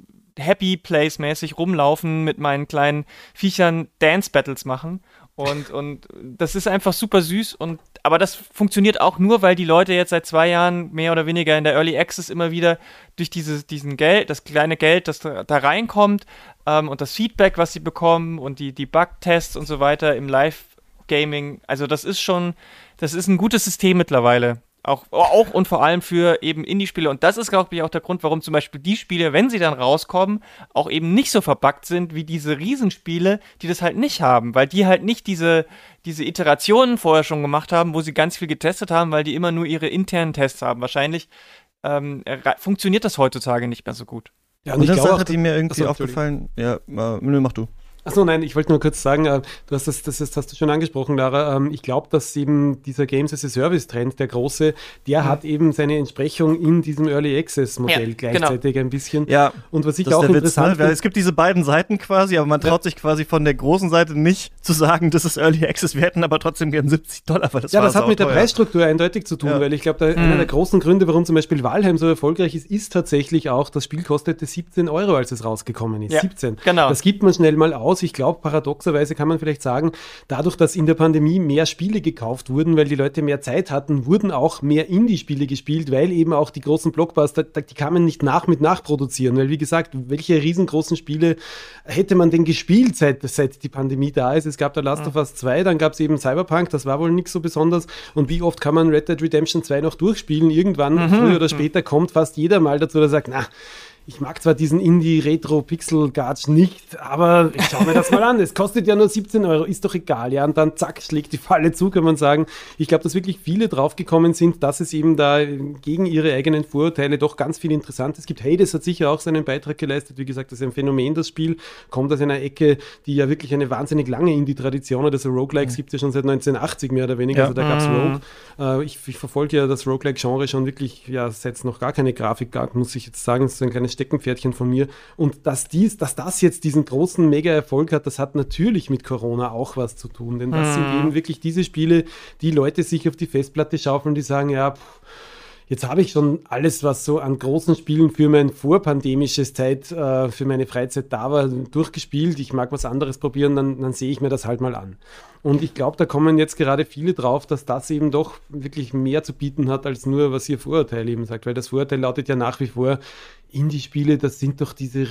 S4: Happy Place-mäßig rumlaufen, mit meinen kleinen Viechern Dance-Battles machen. Und, und das ist einfach super süß. Und, aber das funktioniert auch nur, weil die Leute jetzt seit zwei Jahren mehr oder weniger in der Early Access immer wieder durch dieses, diesen Geld, das kleine Geld, das da, da reinkommt ähm, und das Feedback, was sie bekommen und die, die Bug-Tests und so weiter im Live-Gaming. Also das ist schon, das ist ein gutes System mittlerweile. Auch, auch und vor allem für eben Indie-Spiele. Und das ist, glaube ich, auch der Grund, warum zum Beispiel die Spiele, wenn sie dann rauskommen, auch eben nicht so verbuggt sind wie diese Riesenspiele, die das halt nicht haben. Weil die halt nicht diese, diese Iterationen vorher schon gemacht haben, wo sie ganz viel getestet haben, weil die immer nur ihre internen Tests haben. Wahrscheinlich ähm, funktioniert das heutzutage nicht mehr so gut.
S3: Ja, und, und eine Sache, auch, die mir irgendwie achso, aufgefallen... Ja, äh, nö, mach du.
S5: Achso, nein, ich wollte nur kurz sagen, äh, du hast das, das, das hast du schon angesprochen, Lara. Ähm, ich glaube, dass eben dieser Games as a Service-Trend, der große, der mhm. hat eben seine Entsprechung in diesem Early Access-Modell
S4: ja,
S5: gleichzeitig
S4: genau.
S5: ein bisschen.
S3: Ja,
S5: und was ich auch interessant
S3: Witz, ne? Weil es gibt diese beiden Seiten quasi, aber man traut ja. sich quasi von der großen Seite nicht zu sagen, das ist Early Access, wir hätten aber trotzdem gern siebzig Dollar, weil das
S5: Ja,
S3: war
S5: das hat mit der
S3: teuer.
S5: Preisstruktur eindeutig zu tun, ja. weil ich glaube, mhm. einer der großen Gründe, warum zum Beispiel Valheim so erfolgreich ist, ist tatsächlich auch, das Spiel kostete siebzehn Euro, als es rausgekommen ist.
S4: Ja,
S5: siebzehn.
S4: Genau.
S5: Das gibt man schnell mal aus. Ich glaube, paradox Paradoxerweise kann man vielleicht sagen, dadurch, dass in der Pandemie mehr Spiele gekauft wurden, weil die Leute mehr Zeit hatten, wurden auch mehr Indie-Spiele gespielt, weil eben auch die großen Blockbuster, die kann man nicht nach mit nachproduzieren, weil wie gesagt, welche riesengroßen Spiele hätte man denn gespielt, seit, seit die Pandemie da ist? Es gab da Last of Us zwei, dann gab es eben Cyberpunk, das war wohl nichts so besonders, und wie oft kann man Red Dead Redemption zwei noch durchspielen? Irgendwann, mhm. früher oder später, kommt fast jeder mal dazu, der sagt, na, ich mag zwar diesen Indie-Retro-Pixel-Gatsch nicht, aber ich schau mir das mal an. Es kostet ja nur siebzehn Euro, ist doch egal. Ja, und dann zack, schlägt die Falle zu, kann man sagen. Ich glaube, dass wirklich viele draufgekommen sind, dass es eben da gegen ihre eigenen Vorurteile doch ganz viel Interessantes gibt. Hades hat sicher auch seinen Beitrag geleistet. Wie gesagt, das ist ein Phänomen, das Spiel. Kommt aus einer Ecke, die ja wirklich eine wahnsinnig lange Indie-Tradition hat. Also Roguelikes mhm. gibt es ja schon seit neunzehnhundertachtzig mehr oder weniger. Ja. Also da gab es Rogue. Äh, ich, ich verfolge ja das Roguelike-Genre schon wirklich, ja, seit es noch gar keine Grafik gab, muss ich jetzt sagen. Das ist so ein kleines Steckenpferdchen von mir. Und dass, dies, dass das jetzt diesen großen Mega-Erfolg hat, das hat natürlich mit Corona auch was zu tun. Denn das mhm. sind eben wirklich diese Spiele, die Leute sich auf die Festplatte schaufeln, die sagen, ja, pff, jetzt habe ich schon alles, was so an großen Spielen für mein vorpandemisches Zeit, äh, für meine Freizeit da war, durchgespielt. Ich mag was anderes probieren, dann, dann sehe ich mir das halt mal an. Und ich glaube, da kommen jetzt gerade viele drauf, dass das eben doch wirklich mehr zu bieten hat, als nur, was ihr Vorurteil eben sagt. Weil das Vorurteil lautet ja nach wie vor, Indie-Spiele, das sind doch diese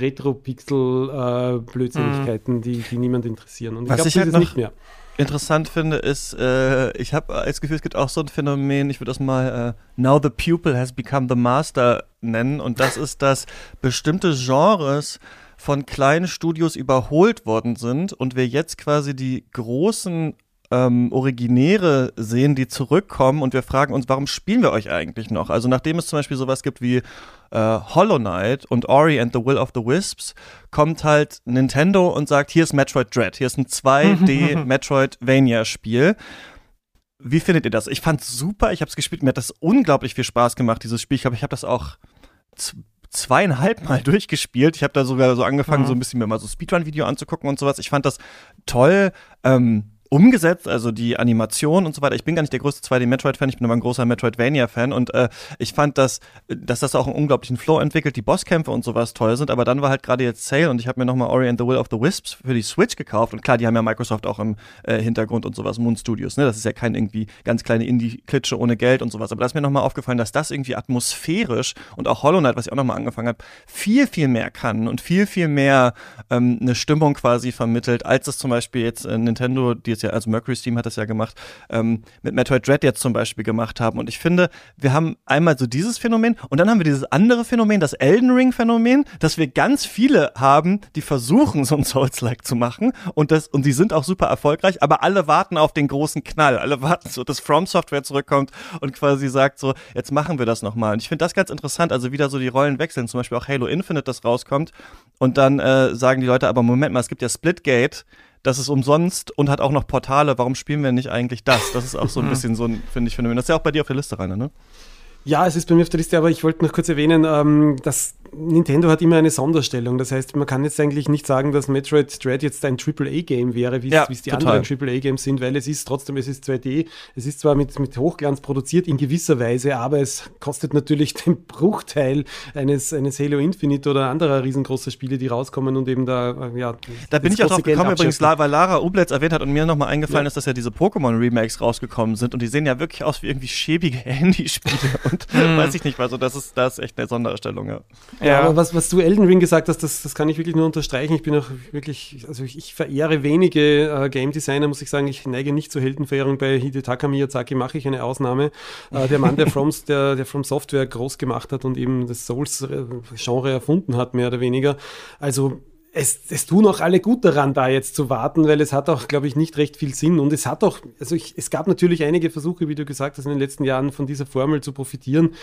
S5: Retro-Pixel-Blödsinnigkeiten, äh, die, die niemand interessieren. Und ich glaube,
S3: das halt
S5: ist nicht mehr.
S3: Interessant finde, ist, äh, ich habe das Gefühl, es gibt auch so ein Phänomen, ich würde das mal äh, Now the Pupil has become the Master nennen, und das ist, dass bestimmte Genres von kleinen Studios überholt worden sind und wir jetzt quasi die großen ähm, Originäre sehen, die zurückkommen, und wir fragen uns, warum spielen wir euch eigentlich noch? Also nachdem es zum Beispiel sowas gibt wie äh, Hollow Knight und Ori and the Will of the Wisps, kommt halt Nintendo und sagt, hier ist Metroid Dread, hier ist ein zwei D Metroidvania-Spiel. Wie findet ihr das? Ich fand's super, ich hab's gespielt, mir hat das unglaublich viel Spaß gemacht, dieses Spiel. Ich glaube, ich habe das auch z- zweieinhalb Mal durchgespielt. Ich habe da sogar so angefangen, mhm. so ein bisschen mir mal so Speedrun-Video anzugucken und sowas. Ich fand das toll ähm, umgesetzt, also die Animation und so weiter. Ich bin gar nicht der größte zwei D Metroid-Fan, ich bin aber ein großer Metroidvania-Fan, und äh, ich fand, dass, dass das auch einen unglaublichen Flow entwickelt, die Bosskämpfe und sowas toll sind, aber dann war halt gerade jetzt Sale und ich habe mir nochmal Ori and the Will of the Wisps für die Switch gekauft, und klar, die haben ja Microsoft auch im äh, Hintergrund und sowas, Moon Studios, ne, das ist ja kein irgendwie ganz kleine Indie-Klitsche ohne Geld und sowas, aber da ist mir nochmal aufgefallen, dass das irgendwie atmosphärisch und auch Hollow Knight, was ich auch nochmal angefangen habe, viel, viel mehr kann und viel, viel mehr ähm, eine Stimmung quasi vermittelt, als es zum Beispiel jetzt äh, Nintendo, die jetzt ja, also Mercury Steam hat das ja gemacht, ähm, mit Metroid Dread jetzt zum Beispiel gemacht haben. Und ich finde, wir haben einmal so dieses Phänomen und dann haben wir dieses andere Phänomen, das Elden Ring-Phänomen, dass wir ganz viele haben, die versuchen, so ein Souls-like zu machen, und das, und die sind auch super erfolgreich, aber alle warten auf den großen Knall. Alle warten so, dass From Software zurückkommt und quasi sagt so, jetzt machen wir das nochmal. Und ich finde das ganz interessant, also wieder so die Rollen wechseln, zum Beispiel auch Halo Infinite, das rauskommt, und dann äh, sagen die Leute, aber Moment mal, es gibt ja Splitgate, das ist umsonst und hat auch noch Portale, warum spielen wir nicht eigentlich das? Das ist auch so ein bisschen so ein, finde ich, Phänomen. Das ist ja auch bei dir auf der Liste, Rainer, ne?
S5: Ja, es ist bei mir auf der Liste, aber ich wollte noch kurz erwähnen, ähm, dass Nintendo hat immer eine Sonderstellung. Das heißt, man kann jetzt eigentlich nicht sagen, dass Metroid Dread jetzt ein Triple A Game wäre, wie
S3: ja,
S5: es die
S3: total.
S5: anderen Triple A Games sind, weil es ist trotzdem, es ist zwei D, es ist zwar mit, mit Hochglanz produziert in gewisser Weise, aber es kostet natürlich den Bruchteil eines, eines Halo Infinite oder anderer riesengroßer Spiele, die rauskommen und eben da, äh, ja.
S3: Da bin ich auch drauf gekommen, übrigens, weil Lara Ublitz erwähnt hat und mir nochmal eingefallen ja. ist, dass ja diese Pokémon-Remakes rausgekommen sind und die sehen ja wirklich aus wie irgendwie schäbige Handyspiele und weiß ich nicht, also das ist, das ist echt eine Sonderstellung, ja.
S5: Ja, ja, aber was, was du Elden Ring gesagt hast, das, das kann ich wirklich nur unterstreichen. Ich bin auch wirklich, also ich, ich verehre wenige äh, Game Designer, muss ich sagen. Ich neige nicht zur Heldenverehrung. Bei Hidetaka Miyazaki mache ich eine Ausnahme. Äh, der Mann, der From, der, der From Software groß gemacht hat und eben das Souls-Genre erfunden hat, mehr oder weniger. Also Es, es tun auch alle gut daran, da jetzt zu warten, weil es hat auch, glaube ich, nicht recht viel Sinn. Und es hat auch, also ich, es gab natürlich einige Versuche, wie du gesagt hast, in den letzten Jahren von dieser Formel zu profitieren.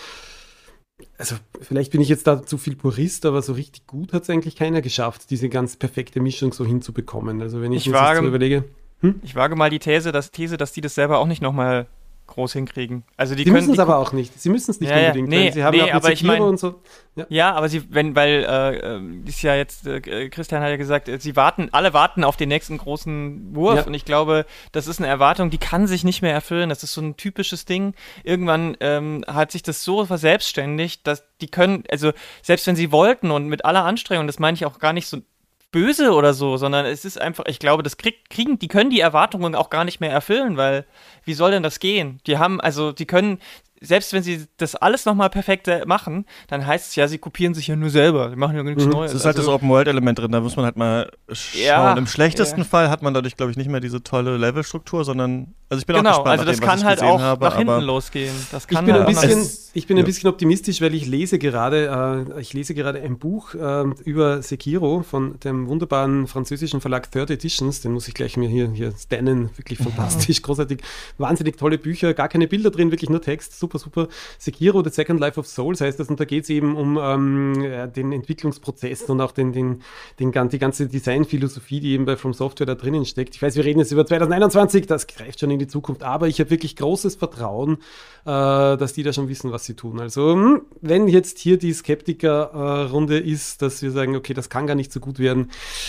S5: Also vielleicht bin ich jetzt da zu viel Purist, aber so richtig gut hat es eigentlich keiner geschafft, diese ganz perfekte Mischung so hinzubekommen. Also wenn ich,
S4: ich
S5: mir
S4: wage,
S5: das so überlege. Hm?
S4: Ich wage mal die These, dass, These, dass die das selber auch nicht nochmal groß hinkriegen. Also die
S5: sie müssen es
S4: die
S5: aber auch nicht. Sie müssen es nicht
S4: ja,
S5: unbedingt.
S4: Nee,
S5: weil sie haben
S4: nee,
S5: ja auch mit
S4: aber ich mein,
S5: und so. Ja.
S4: ja, aber sie, wenn, weil, äh, ist ja jetzt, äh, Christian hat ja gesagt, äh, sie warten, alle warten auf den nächsten großen Wurf ja. und ich glaube, das ist eine Erwartung, die kann sich nicht mehr erfüllen. Das ist so ein typisches Ding. Irgendwann ähm, hat sich das so verselbstständigt, dass die können, also selbst wenn sie wollten und mit aller Anstrengung, das meine ich auch gar nicht so böse oder so, sondern es ist einfach, ich glaube, das krieg, kriegen, die können die Erwartungen auch gar nicht mehr erfüllen, weil wie soll denn das gehen? Die haben, also die können, selbst wenn sie das alles nochmal perfekt machen, dann heißt es ja, sie kopieren sich ja nur selber. Die machen ja nichts
S3: mhm.
S4: Neues.
S3: Das ist halt also, das Open-World-Element drin, da muss man halt mal schauen. Ja, Im schlechtesten ja. Fall hat man dadurch, glaube ich, nicht mehr diese tolle Levelstruktur, sondern, also ich bin
S4: genau,
S3: auch gespannt,
S4: also das
S3: dem,
S4: kann
S3: ich
S4: halt auch
S3: habe,
S4: nach hinten losgehen. Das kann
S5: ich bin,
S4: halt
S5: ein bisschen,
S3: es,
S5: ich bin
S3: ja.
S5: ein bisschen optimistisch, weil ich lese gerade, äh, ich lese gerade ein Buch äh, über Sekiro von dem wunderbaren französischen Verlag Third Editions, den muss ich gleich mir hier, hier stannen, wirklich fantastisch, großartig, wahnsinnig tolle Bücher, gar keine Bilder drin, wirklich nur Text, super, super. Sekiro, The Second Life of Souls heißt das, und da geht es eben um ähm, den Entwicklungsprozess und auch den, den, den, die ganze Designphilosophie, die eben bei From Software da drinnen steckt. Ich weiß, wir reden jetzt über zwanzig einundzwanzig, das greift schon in die Zukunft, aber ich habe wirklich großes Vertrauen, äh, dass die da schon wissen, was sie tun. Also, mh, wenn jetzt hier die Skeptiker-Runde äh, ist, dass wir sagen, okay, das kann gar nicht so gut werden,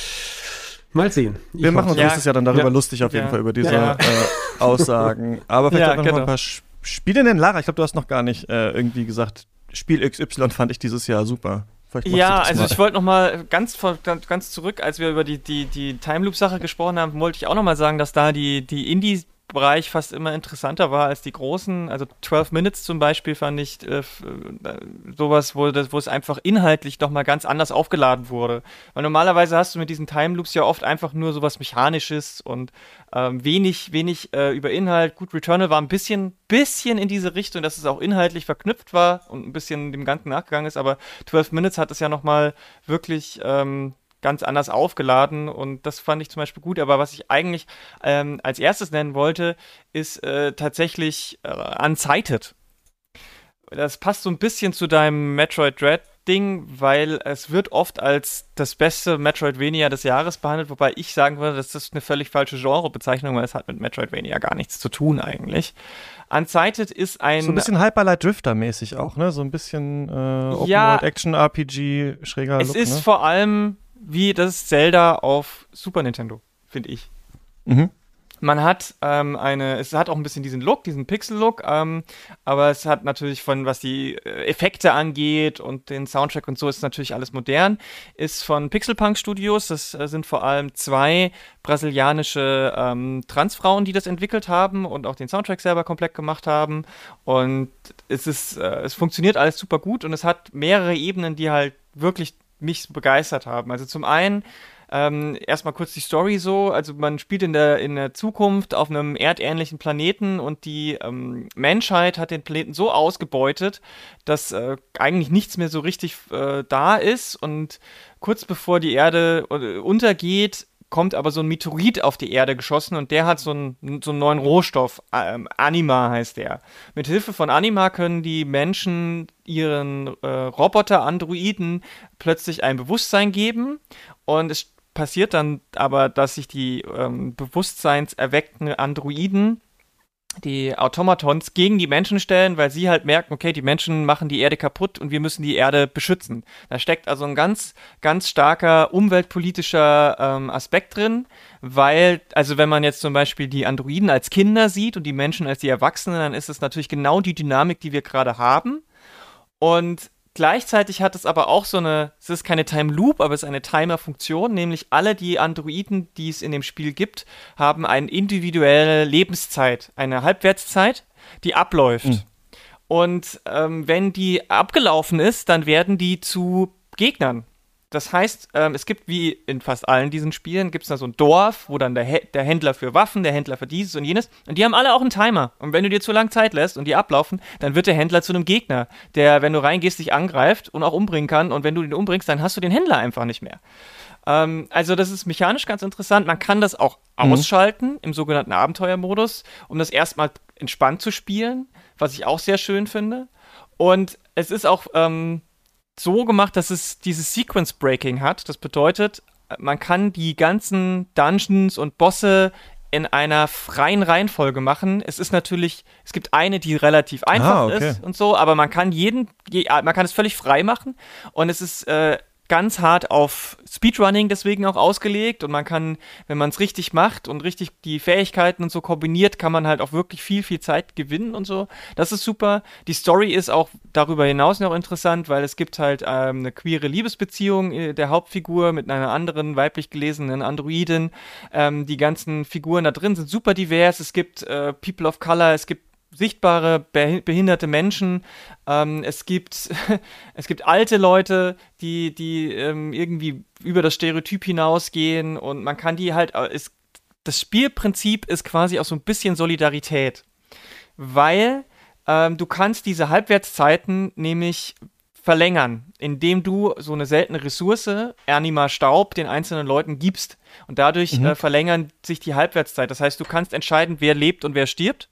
S5: mal sehen. Ich
S3: wir machen uns
S4: ja.
S3: nächstes Jahr dann darüber
S5: ja.
S3: lustig auf jeden
S4: ja.
S3: Fall, über diese
S4: ja.
S3: äh, Aussagen. Aber vielleicht
S4: ja,
S3: auch noch
S4: genau.
S3: mal ein paar Sp- Spiele nennen. Lara, ich glaube, du hast noch gar nicht äh, irgendwie gesagt, Spiel X Y fand ich dieses Jahr super.
S4: Ja, also mal. ich wollte noch mal ganz, ganz, ganz zurück, als wir über die, die, die Time-Loop-Sache gesprochen haben, wollte ich auch noch mal sagen, dass da die, die Indie- Bereich fast immer interessanter war als die großen. Also zwölf Minutes zum Beispiel fand ich äh, sowas, wo, das, wo es einfach inhaltlich doch mal ganz anders aufgeladen wurde. Weil normalerweise hast du mit diesen Time Loops ja oft einfach nur sowas Mechanisches und ähm, wenig, wenig äh, über Inhalt. Gut, Returnal war ein bisschen, bisschen in diese Richtung, dass es auch inhaltlich verknüpft war und ein bisschen dem Ganzen nachgegangen ist, aber zwölf Minutes hat es ja noch mal wirklich ähm, ganz anders aufgeladen und das fand ich zum Beispiel gut, aber was ich eigentlich ähm, als erstes nennen wollte, ist äh, tatsächlich äh, Unsighted. Das passt so ein bisschen zu deinem Metroid Dread-Ding, weil es wird oft als das beste Metroidvania des Jahres behandelt, wobei ich sagen würde, das ist eine völlig falsche Genrebezeichnung, weil es hat mit Metroidvania gar nichts zu tun eigentlich. Unsighted ist ein...
S3: So ein bisschen Hyper-Light Drifter-mäßig auch, ne? So ein bisschen äh, Open-World-Action-R P G, schräger
S4: es
S3: Look,
S4: ist
S3: ne?
S4: vor allem wie das Zelda auf Super Nintendo, finde ich.
S3: Mhm.
S4: Man hat ähm, eine, es hat auch ein bisschen diesen Look, diesen Pixel-Look, ähm, aber es hat natürlich von, was die äh, Effekte angeht und den Soundtrack und so, ist natürlich alles modern. Ist von Pixelpunk Studios, das äh, sind vor allem zwei brasilianische ähm, Transfrauen, die das entwickelt haben und auch den Soundtrack selber komplett gemacht haben. Und es ist, äh, es funktioniert alles super gut und es hat mehrere Ebenen, die halt wirklich mich begeistert haben. Also zum einen ähm, erstmal kurz die Story so, also man spielt in der, in der Zukunft auf einem erdähnlichen Planeten und die ähm, Menschheit hat den Planeten so ausgebeutet, dass äh, eigentlich nichts mehr so richtig äh, da ist und kurz bevor die Erde äh, untergeht, kommt aber so ein Meteorit auf die Erde geschossen und der hat so einen, so einen neuen Rohstoff, ähm, Anima heißt der. Mit Hilfe von Anima können die Menschen ihren äh, Roboter-Androiden plötzlich ein Bewusstsein geben und es passiert dann aber, dass sich die ähm, bewusstseinserweckten Androiden, die Automatons, gegen die Menschen stellen, weil sie halt merken, okay, die Menschen machen die Erde kaputt und wir müssen die Erde beschützen. Da steckt also ein ganz, ganz starker umweltpolitischer ähm, Aspekt drin, weil, also wenn man jetzt zum Beispiel die Androiden als Kinder sieht und die Menschen als die Erwachsenen, dann ist es natürlich genau die Dynamik, die wir gerade haben. Und gleichzeitig hat es aber auch so eine, es ist keine Time Loop, aber es ist eine Timer-Funktion, nämlich alle die Androiden, die es in dem Spiel gibt, haben eine individuelle Lebenszeit, eine Halbwertszeit, die abläuft. Mhm. Und ähm, wenn die abgelaufen ist, dann werden die zu Gegnern. Das heißt, ähm, es gibt wie in fast allen diesen Spielen, gibt es da so ein Dorf, wo dann der, H- der Händler für Waffen, der Händler für dieses und jenes, und die haben alle auch einen Timer. Und wenn du dir zu lange Zeit lässt und die ablaufen, dann wird der Händler zu einem Gegner, der, wenn du reingehst, dich angreift und auch umbringen kann. Und wenn du den umbringst, dann hast du den Händler einfach nicht mehr. Ähm, also das ist mechanisch ganz interessant. Man kann das auch mhm. ausschalten im sogenannten Abenteuermodus, um das erstmal entspannt zu spielen, was ich auch sehr schön finde. Und es ist auch ähm, so gemacht, dass es dieses Sequence-Breaking hat. Das bedeutet, man kann die ganzen Dungeons und Bosse in einer freien Reihenfolge machen. Es ist natürlich, es gibt eine, die relativ einfach ah, okay. ist und so, aber man kann jeden, man kann es völlig frei machen und es ist äh, ganz hart auf Speedrunning deswegen auch ausgelegt und man kann, wenn man es richtig macht und richtig die Fähigkeiten und so kombiniert, kann man halt auch wirklich viel, viel Zeit gewinnen und so. Das ist super. Die Story ist auch darüber hinaus noch interessant, weil es gibt halt ähm, eine queere Liebesbeziehung äh, der Hauptfigur mit einer anderen weiblich gelesenen Androidin. Ähm, die ganzen Figuren da drin sind super divers. Es gibt äh, People of Color, es gibt sichtbare, behinderte Menschen, ähm, es gibt es gibt alte Leute, die, die ähm, irgendwie über das Stereotyp hinausgehen und man kann die halt, ist, das Spielprinzip ist quasi auch so ein bisschen Solidarität, weil ähm, du kannst diese Halbwertszeiten nämlich verlängern, indem du so eine seltene Ressource, Anima Staub, den einzelnen Leuten gibst und dadurch mhm. äh, verlängern sich die Halbwertszeit. Das heißt, du kannst entscheiden, wer lebt und wer stirbt.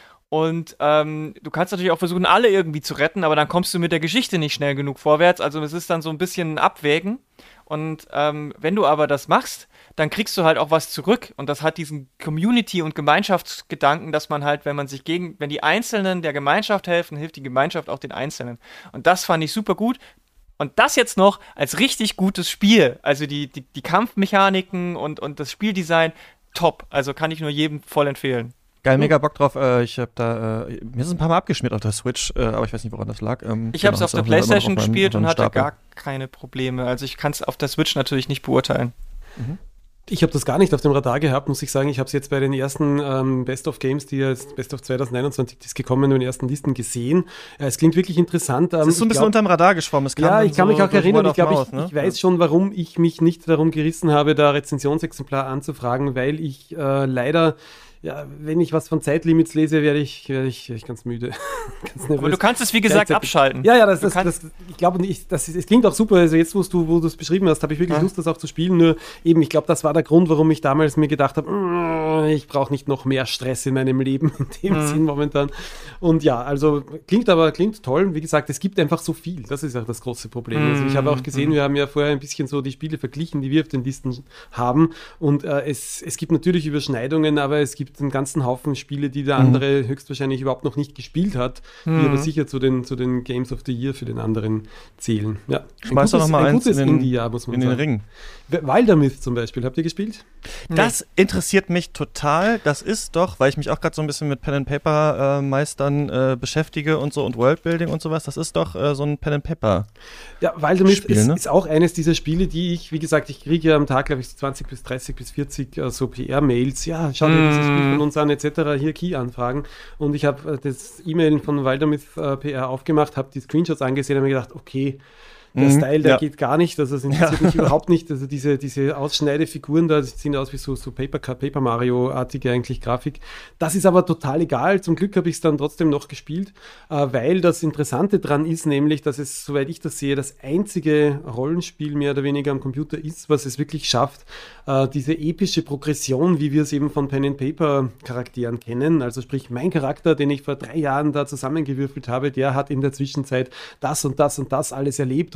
S4: Und ähm, du kannst natürlich auch versuchen, alle irgendwie zu retten, aber dann kommst du mit der Geschichte nicht schnell genug vorwärts. Also es ist dann so ein bisschen ein Abwägen. Und ähm, wenn du aber das machst, dann kriegst du halt auch was zurück. Und das hat diesen Community- und Gemeinschaftsgedanken, dass man halt, wenn man sich gegen, wenn die Einzelnen der Gemeinschaft helfen, hilft die Gemeinschaft auch den Einzelnen. Und das fand ich super gut. Und das jetzt noch als richtig gutes Spiel. Also die, die, die Kampfmechaniken und, und das Spieldesign, top. Also kann ich nur jedem voll empfehlen.
S3: Geil, mega Bock drauf. Äh, ich habe da, äh, mir ist es ein paar Mal abgeschmiert auf der Switch, äh, aber ich weiß nicht, woran das lag. Ähm,
S4: ich habe es auf der PlayStation gespielt und hatte
S3: Stapel.
S4: gar keine Probleme. Also ich kann es auf der Switch natürlich nicht beurteilen.
S5: Mhm. Ich habe das gar nicht auf dem Radar gehabt, muss ich sagen. Ich habe es jetzt bei den ersten ähm, Best of Games, die jetzt Best of zwanzig einundzwanzig ist gekommen, in den ersten Listen gesehen. Äh, es klingt wirklich interessant. Ähm,
S3: es ist so ein bisschen glaub, unterm Radar geschwommen. Es
S5: ja, ich kann
S3: so
S5: mich auch erinnern. Ich glaube, ich,
S3: ne?
S5: ich weiß schon, warum ich mich nicht darum gerissen habe, da Rezensionsexemplar anzufragen, weil ich äh, leider Ja, wenn ich was von Zeitlimits lese, werde ich, werde ich, werde ich ganz müde. ganz
S4: Aber du kannst es, wie gesagt, Gleichzeitig. abschalten.
S5: Ja, ja, das, das, das, ich glaube nicht, das, es klingt auch super. Also jetzt, wo du, wo du es beschrieben hast, habe ich wirklich ja. Lust, das auch zu spielen. Nur eben, ich glaube, das war der Grund, warum ich damals mir gedacht habe, ich brauche nicht noch mehr Stress in meinem Leben, in dem mhm. Sinn momentan. Und ja, also klingt aber, klingt toll. Wie gesagt, es gibt einfach so viel. Das ist auch das große Problem. Mhm. Also ich habe auch gesehen, mhm. wir haben ja vorher ein bisschen so die Spiele verglichen, die wir auf den Listen haben. Und äh, es, es gibt natürlich Überschneidungen, aber es gibt einen ganzen Haufen Spiele, die der andere mhm. höchstwahrscheinlich überhaupt noch nicht gespielt hat, mhm. die aber sicher zu den, zu den Games of the Year für den anderen zählen. Ja,
S3: schmeiß doch noch mal
S5: ein
S3: eins
S5: gutes
S3: in den,
S5: Indie-Jahr, muss man
S3: in
S5: sagen.
S3: den Ring.
S5: Wildermyth zum Beispiel, habt ihr gespielt?
S3: Das nee. interessiert mich total. Das ist doch, weil ich mich auch gerade so ein bisschen mit Pen-and-Paper-Meistern äh, beschäftige und so und Worldbuilding und sowas, das ist doch äh, so ein Pen-and-Paper.
S5: Ja, Wildermyth
S3: Spiel,
S5: ist,
S3: ne?
S5: ist auch eines dieser Spiele, die ich, wie gesagt, ich kriege ja am Tag, glaube ich, so zwanzig bis dreißig bis vierzig äh, so P R-Mails. Ja, schau dir mm. dieses Spiel von uns an, et cetera. Hier Key-Anfragen. Und ich habe äh, das E-Mail von Wildermyth äh, P R aufgemacht, habe die Screenshots angesehen und habe mir gedacht, okay, der mhm, Style, der ja. geht gar nicht, also das interessiert ja. mich überhaupt nicht. Also diese, diese Ausschneidefiguren da, die sehen aus wie so, so Paper, Paper Mario-artige eigentlich Grafik. Das ist aber total egal. Zum Glück habe ich es dann trotzdem noch gespielt, äh, weil das Interessante dran ist, nämlich, dass es, soweit ich das sehe, das einzige Rollenspiel mehr oder weniger am Computer ist, was es wirklich schafft, äh, diese epische Progression, wie wir es eben von Pen-and-Paper-Charakteren kennen. Also sprich, mein Charakter, den ich vor drei Jahren da zusammengewürfelt habe, der hat in der Zwischenzeit das und das und das alles erlebt und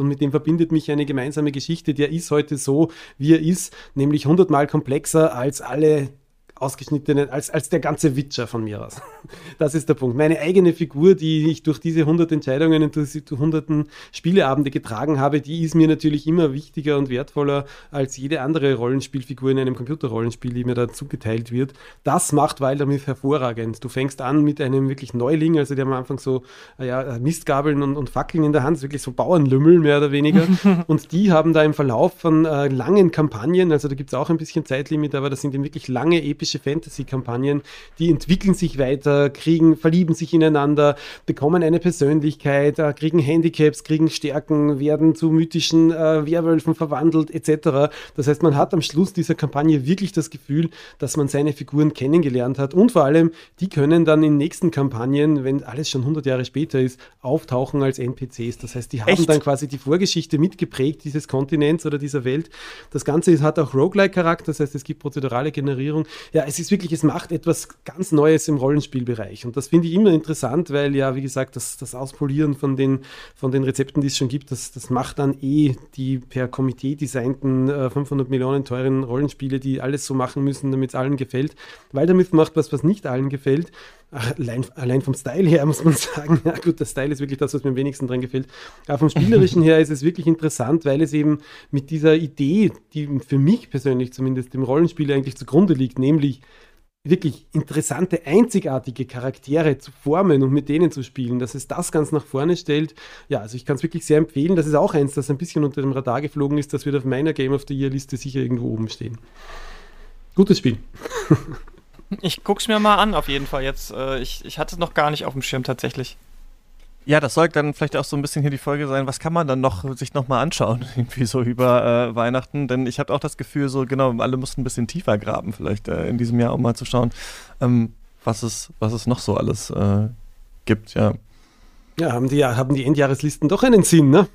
S5: und mit dem verbindet mich eine gemeinsame Geschichte, der ist heute so, wie er ist, nämlich hundertmal komplexer als alle ausgeschnittenen, als, als der ganze Witcher von mir aus. Das ist der Punkt. Meine eigene Figur, die ich durch diese hundert Entscheidungen und durch die hunderten Spieleabende getragen habe, die ist mir natürlich immer wichtiger und wertvoller als jede andere Rollenspielfigur in einem Computerrollenspiel, die mir da zugeteilt wird. Das macht Wild Armyth hervorragend. Du fängst an mit einem wirklich Neuling, also der am Anfang so ja, Mistgabeln und, und Fackeln in der Hand, wirklich so Bauernlümmel mehr oder weniger. Und die haben da im Verlauf von äh, langen Kampagnen, also da gibt es auch ein bisschen Zeitlimit, aber das sind eben wirklich lange epische Fantasy-Kampagnen, die entwickeln sich weiter, kriegen, verlieben sich ineinander, bekommen eine Persönlichkeit, äh, kriegen Handicaps, kriegen Stärken, werden zu mythischen äh, Werwölfen verwandelt, et cetera. Das heißt, man hat am Schluss dieser Kampagne wirklich das Gefühl, dass man seine Figuren kennengelernt hat und vor allem, die können dann in nächsten Kampagnen, wenn alles schon hundert Jahre später ist, auftauchen als N P Cs. Das heißt, die haben
S4: Echt?
S5: dann quasi die Vorgeschichte mitgeprägt dieses Kontinents oder dieser Welt. Das Ganze ist, hat auch Roguelike-Charakter, das heißt, es gibt prozedurale Generierung. Ja, es ist wirklich, es macht etwas ganz Neues im Rollenspielbereich. Und das finde ich immer interessant, weil ja, wie gesagt, das, das Auspolieren von den, von den Rezepten, die es schon gibt, das, das macht dann eh die per Komitee designten äh, fünfhundert Millionen teuren Rollenspiele, die alles so machen müssen, damit es allen gefällt. Wild Armyth macht was, was nicht allen gefällt. Allein, allein vom Style her muss man sagen, ja gut, der Style ist wirklich das, was mir am wenigsten dran gefällt. Aber vom Spielerischen her ist es wirklich interessant, weil es eben mit dieser Idee, die für mich persönlich zumindest im Rollenspiel eigentlich zugrunde liegt, nämlich wirklich interessante, einzigartige Charaktere zu formen und mit denen zu spielen, dass es das ganz nach vorne stellt. Ja, also ich kann es wirklich sehr empfehlen. Das ist auch eins, das ein bisschen unter dem Radar geflogen ist, das wird auf meiner Game of the Year Liste sicher irgendwo oben stehen. Gutes Spiel.
S4: Ich guck's mir mal an, auf jeden Fall jetzt. Äh, ich, ich hatte es noch gar nicht auf dem Schirm tatsächlich.
S3: Ja, das soll dann vielleicht auch so ein bisschen hier die Folge sein, was kann man dann noch sich nochmal anschauen, irgendwie so über äh, Weihnachten, denn ich habe auch das Gefühl, so genau, alle mussten ein bisschen tiefer graben vielleicht äh, in diesem Jahr, um mal zu schauen, ähm, was, es, was es noch so alles äh, gibt, ja.
S5: Ja, haben die, haben die Endjahreslisten doch einen Sinn, ne?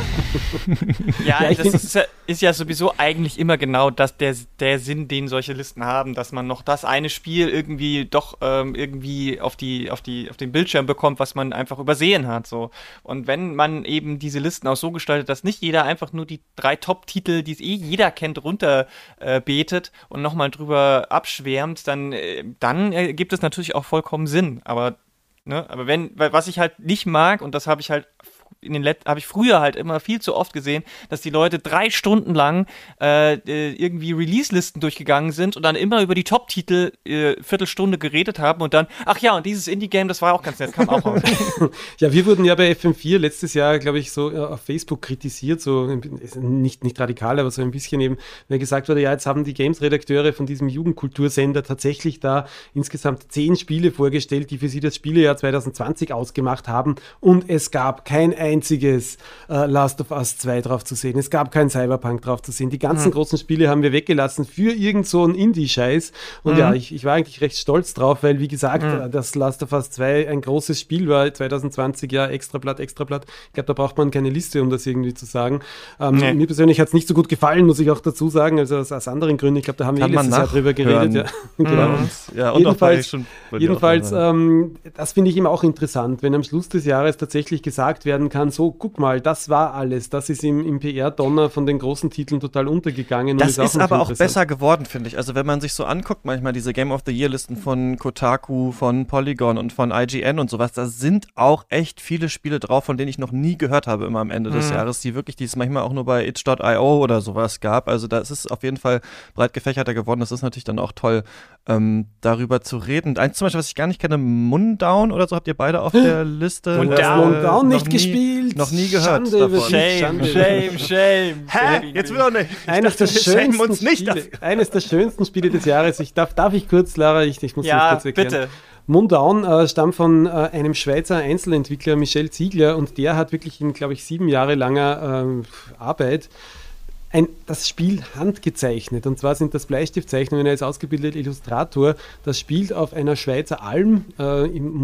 S4: Ja,
S5: Ja, ich
S4: das
S5: find-
S4: ist ja, ist ja sowieso eigentlich immer genau das, der, der Sinn, den solche Listen haben, dass man noch das eine Spiel irgendwie doch ähm, irgendwie auf, die, auf, die, auf den Bildschirm bekommt, was man einfach übersehen hat. So. Und wenn man eben diese Listen auch so gestaltet, dass nicht jeder einfach nur die drei Top-Titel, die es eh jeder kennt, runter äh, betet und nochmal drüber abschwärmt, dann, äh, dann äh, gibt es natürlich auch vollkommen Sinn. Aber Ne? Aber wenn, weil was ich halt nicht mag, und das habe ich halt in den Let- habe ich früher halt immer viel zu oft gesehen, dass die Leute drei Stunden lang äh, irgendwie Release-Listen durchgegangen sind und dann immer über die Top-Titel äh, Viertelstunde geredet haben und dann, ach ja, und dieses Indie-Game, das war auch ganz nett, kam auch raus.
S5: Ja, wir wurden ja bei F M vier letztes Jahr, glaube ich, so ja, auf Facebook kritisiert, so nicht, nicht radikal, aber so ein bisschen eben, weil gesagt wurde, ja, jetzt haben die Games-Redakteure von diesem Jugendkultursender tatsächlich da insgesamt zehn Spiele vorgestellt, die für sie das Spielejahr zwanzig zwanzig ausgemacht haben und es gab kein einziges äh, Last of Us zwei drauf zu sehen, es gab kein Cyberpunk drauf zu sehen, die ganzen mhm. großen Spiele haben wir weggelassen für irgend so einen Indie-Scheiß und mhm. ja, ich, ich war eigentlich recht stolz drauf, weil wie gesagt, mhm. das Last of Us zwei ein großes Spiel war, zwanzig zwanzig, ja, Extrablatt, Extrablatt, ich glaube, da braucht man keine Liste, um das irgendwie zu sagen. Ähm, nee. Mir persönlich hat es nicht so gut gefallen, muss ich auch dazu sagen, also aus, aus anderen Gründen, ich glaube, da haben wir eh letztes Jahr drüber geredet. Ja.
S3: Mhm. Genau. Ja, und
S5: jedenfalls,
S3: schon
S5: jedenfalls ähm, das finde ich immer auch interessant, wenn am Schluss des Jahres tatsächlich gesagt werden kann, so, guck mal, das war alles, das ist im, im P R-Donner von den großen Titeln total untergegangen.
S3: Das
S5: und
S3: ist, ist aber auch besser geworden, finde ich. Also wenn man sich so anguckt, manchmal diese Game of the Year-Listen von Kotaku, von Polygon und von I G N und sowas, da sind auch echt viele Spiele drauf, von denen ich noch nie gehört habe immer am Ende des mhm. Jahres, die wirklich, die es manchmal auch nur bei itch Punkt io oder sowas gab. Also da ist es auf jeden Fall breit gefächerter geworden. Das ist natürlich dann auch toll, ähm, darüber zu reden. Eins zum Beispiel, was ich gar nicht kenne, Mundown oder so, habt ihr beide auf der Liste?
S5: Mundown, Mundown nicht
S3: nie,
S5: gespielt.
S3: Noch nie gehört
S5: Schande
S3: davon.
S4: Shame,
S5: Schande.
S4: shame, shame.
S3: Hä? Jetzt will auch nicht.
S5: Eines der, schönsten
S3: uns nicht
S5: Spiele, eines der schönsten Spiele des Jahres. Ich darf, darf ich kurz, Lara, ich, ich muss
S4: Ja,
S5: das kurz erklären.
S4: bitte.
S5: Mundown äh, stammt von äh, einem Schweizer Einzelentwickler, Michel Ziegler, und der hat wirklich in, glaube ich, sieben Jahre langer ähm, Arbeit Ein, das Spiel handgezeichnet. Und zwar sind das Bleistiftzeichnungen, er ist ausgebildeter Illustrator. Das spielt auf einer Schweizer Alm äh, im Mund,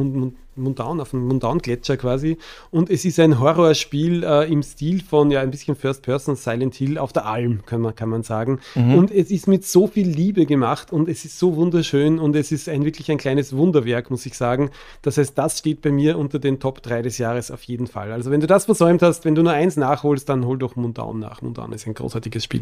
S5: Mundaun, auf einem Mundaun-Gletscher quasi. Und es ist ein Horrorspiel äh, im Stil von ja ein bisschen First-Person Silent Hill auf der Alm, kann man, kann man sagen. Mhm. Und es ist mit so viel Liebe gemacht und es ist so wunderschön und es ist ein wirklich ein kleines Wunderwerk, muss ich sagen. Das heißt, das steht bei mir unter den Top drei des Jahres auf jeden Fall. Also wenn du das versäumt hast, wenn du nur eins nachholst, dann hol doch Mundaun nach. Mundaun ist ein großartiges Spiel.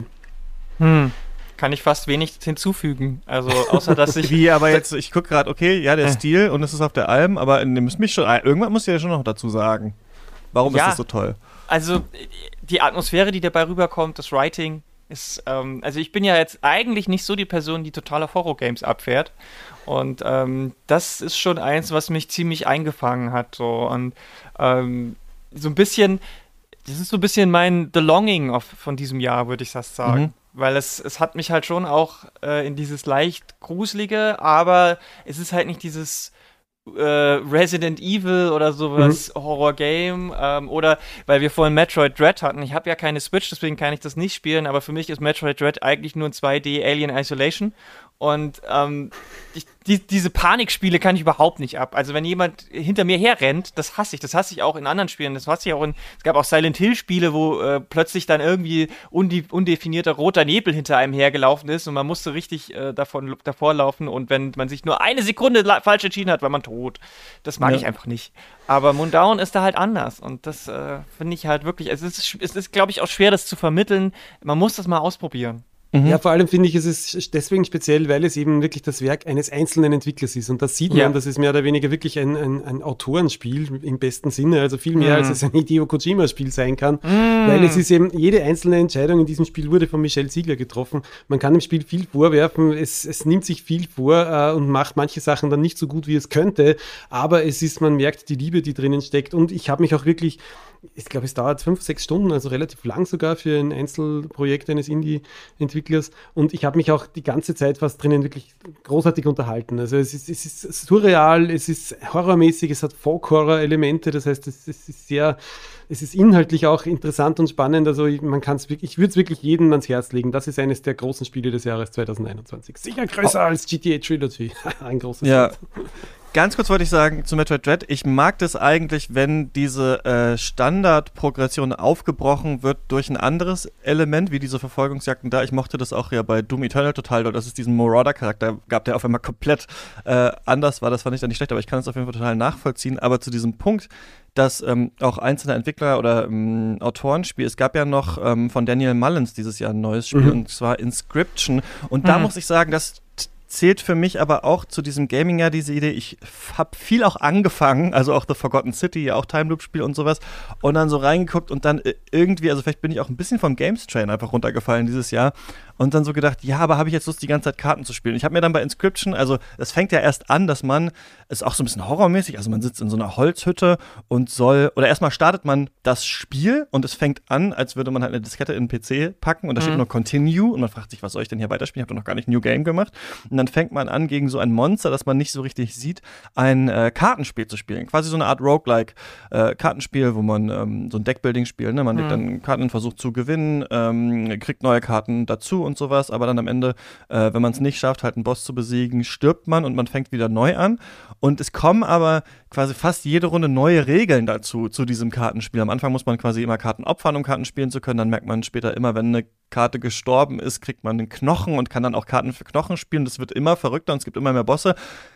S4: Hm. Kann ich fast wenig hinzufügen. Also außer, dass ich...
S3: Wie, aber jetzt, ich gucke gerade, okay, ja, der äh. Stil und es ist auf der Alm, aber ihr müsst mich schon, irgendwann musst ihr ja schon noch dazu sagen. Warum ja, ist das so toll?
S4: Also die Atmosphäre, die dabei rüberkommt, das Writing ist, ähm, also ich bin ja jetzt eigentlich nicht so die Person, die total auf Horror-Games abfährt. Und ähm, das ist schon eins, was mich ziemlich eingefangen hat. So. Und ähm, so ein bisschen, das ist so ein bisschen mein The Longing of, von diesem Jahr, würde ich fast sagen. Mhm. Weil es, es hat mich halt schon auch äh, in dieses leicht Gruselige, aber es ist halt nicht dieses äh, Resident Evil oder sowas mhm. Horror-Game ähm, oder, weil wir vorhin Metroid Dread hatten. Ich habe ja keine Switch, deswegen kann ich das nicht spielen, aber für mich ist Metroid Dread eigentlich nur ein zwei D Alien Isolation. Und ähm, ich, die, diese Panikspiele kann ich überhaupt nicht ab. Also wenn jemand hinter mir herrennt, das hasse ich. Das hasse ich auch in anderen Spielen. Das hasse ich auch in, es gab auch Silent Hill Spiele, wo äh, plötzlich dann irgendwie undi, undefinierter roter Nebel hinter einem hergelaufen ist und man musste richtig äh, davon, davor laufen und wenn man sich nur eine Sekunde la- falsch entschieden hat, war man tot. Das mag ja. ich einfach nicht. Aber Mundaun ist da halt anders und das äh, finde ich halt wirklich, es ist, es ist glaube ich auch schwer, das zu vermitteln. Man muss das mal ausprobieren.
S5: Mhm. Ja, vor allem finde ich, es ist deswegen speziell, weil es eben wirklich das Werk eines einzelnen Entwicklers ist. Und das sieht man, ja. dass es mehr oder weniger wirklich ein, ein, ein Autorenspiel im besten Sinne, also viel mehr, mhm. als es ein Hideo Kojima-Spiel sein kann. Mhm. Weil es ist eben, jede einzelne Entscheidung in diesem Spiel wurde von Michel Ziegler getroffen. Man kann dem Spiel viel vorwerfen, es, es nimmt sich viel vor äh, und macht manche Sachen dann nicht so gut, wie es könnte. Aber es ist, man merkt die Liebe, die drinnen steckt. Und ich habe mich auch wirklich... Ich glaube, es dauert fünf, sechs Stunden, also relativ lang sogar für ein Einzelprojekt eines Indie-Entwicklers. Und ich habe mich auch die ganze Zeit fast drinnen wirklich großartig unterhalten. Also es ist, es ist surreal, es ist horrormäßig, es hat Folk-Horror-Elemente, das heißt, es, es ist sehr, es ist inhaltlich auch interessant und spannend. Also man kann es wirklich, ich würde es wirklich jedem ans Herz legen. Das ist eines der großen Spiele des Jahres zwanzig einundzwanzig. Sicher größer oh. als G T A Trilogy. Ein großes
S3: ja. Ganz kurz wollte ich sagen zu Metroid Dread, ich mag das eigentlich, wenn diese äh, Standardprogression aufgebrochen wird durch ein anderes Element, wie diese Verfolgungsjagden da. Ich mochte das auch ja bei Doom Eternal total, dass es diesen Marauder-Charakter gab, der auf einmal komplett äh, anders war. Das fand ich dann nicht schlecht, aber ich kann es auf jeden Fall total nachvollziehen. Aber zu diesem Punkt, dass ähm, auch einzelne Entwickler oder ähm, Autoren spielen. Es gab ja noch ähm, von Daniel Mullins dieses Jahr ein neues Spiel, mhm. und zwar Inscription. Und mhm. da muss ich sagen, dass zählt für mich aber auch zu diesem Gaming-Jahr diese Idee, ich habe viel auch angefangen, also auch The Forgotten City, ja auch Time-Loop-Spiel und sowas, und dann so reingeguckt und dann irgendwie, also vielleicht bin ich auch ein bisschen vom Games-Train einfach runtergefallen dieses Jahr und dann so gedacht, ja, aber habe ich jetzt Lust, die ganze Zeit Karten zu spielen? Ich habe mir dann bei Inscription, also es fängt ja erst an, dass man, es ist auch so ein bisschen horrormäßig, also man sitzt in so einer Holzhütte und soll, oder erstmal startet man das Spiel und es fängt an, als würde man halt eine Diskette in den P C packen und da mhm. steht nur Continue und man fragt sich, was soll ich denn hier weiterspielen? Ich habe doch noch gar nicht New Game gemacht. Und dann fängt man an, gegen so ein Monster, das man nicht so richtig sieht, ein äh, Kartenspiel zu spielen. Quasi so eine Art Roguelike äh, Kartenspiel, wo man ähm, so ein Deckbuilding-Spiel, ne? Man legt mhm. dann Karten, versucht zu gewinnen, ähm, kriegt neue Karten dazu und sowas, aber dann am Ende, äh, wenn man es nicht schafft, halt einen Boss zu besiegen, stirbt man und man fängt wieder neu an. Und es kommen aber quasi fast jede Runde neue Regeln dazu, zu diesem Kartenspiel. Am Anfang muss man quasi immer Karten opfern, um Karten spielen zu können. Dann merkt man später immer, wenn eine Karte gestorben ist, kriegt man den Knochen und kann dann auch Karten für Knochen spielen. Das wird immer verrückter und es gibt immer mehr Bosse.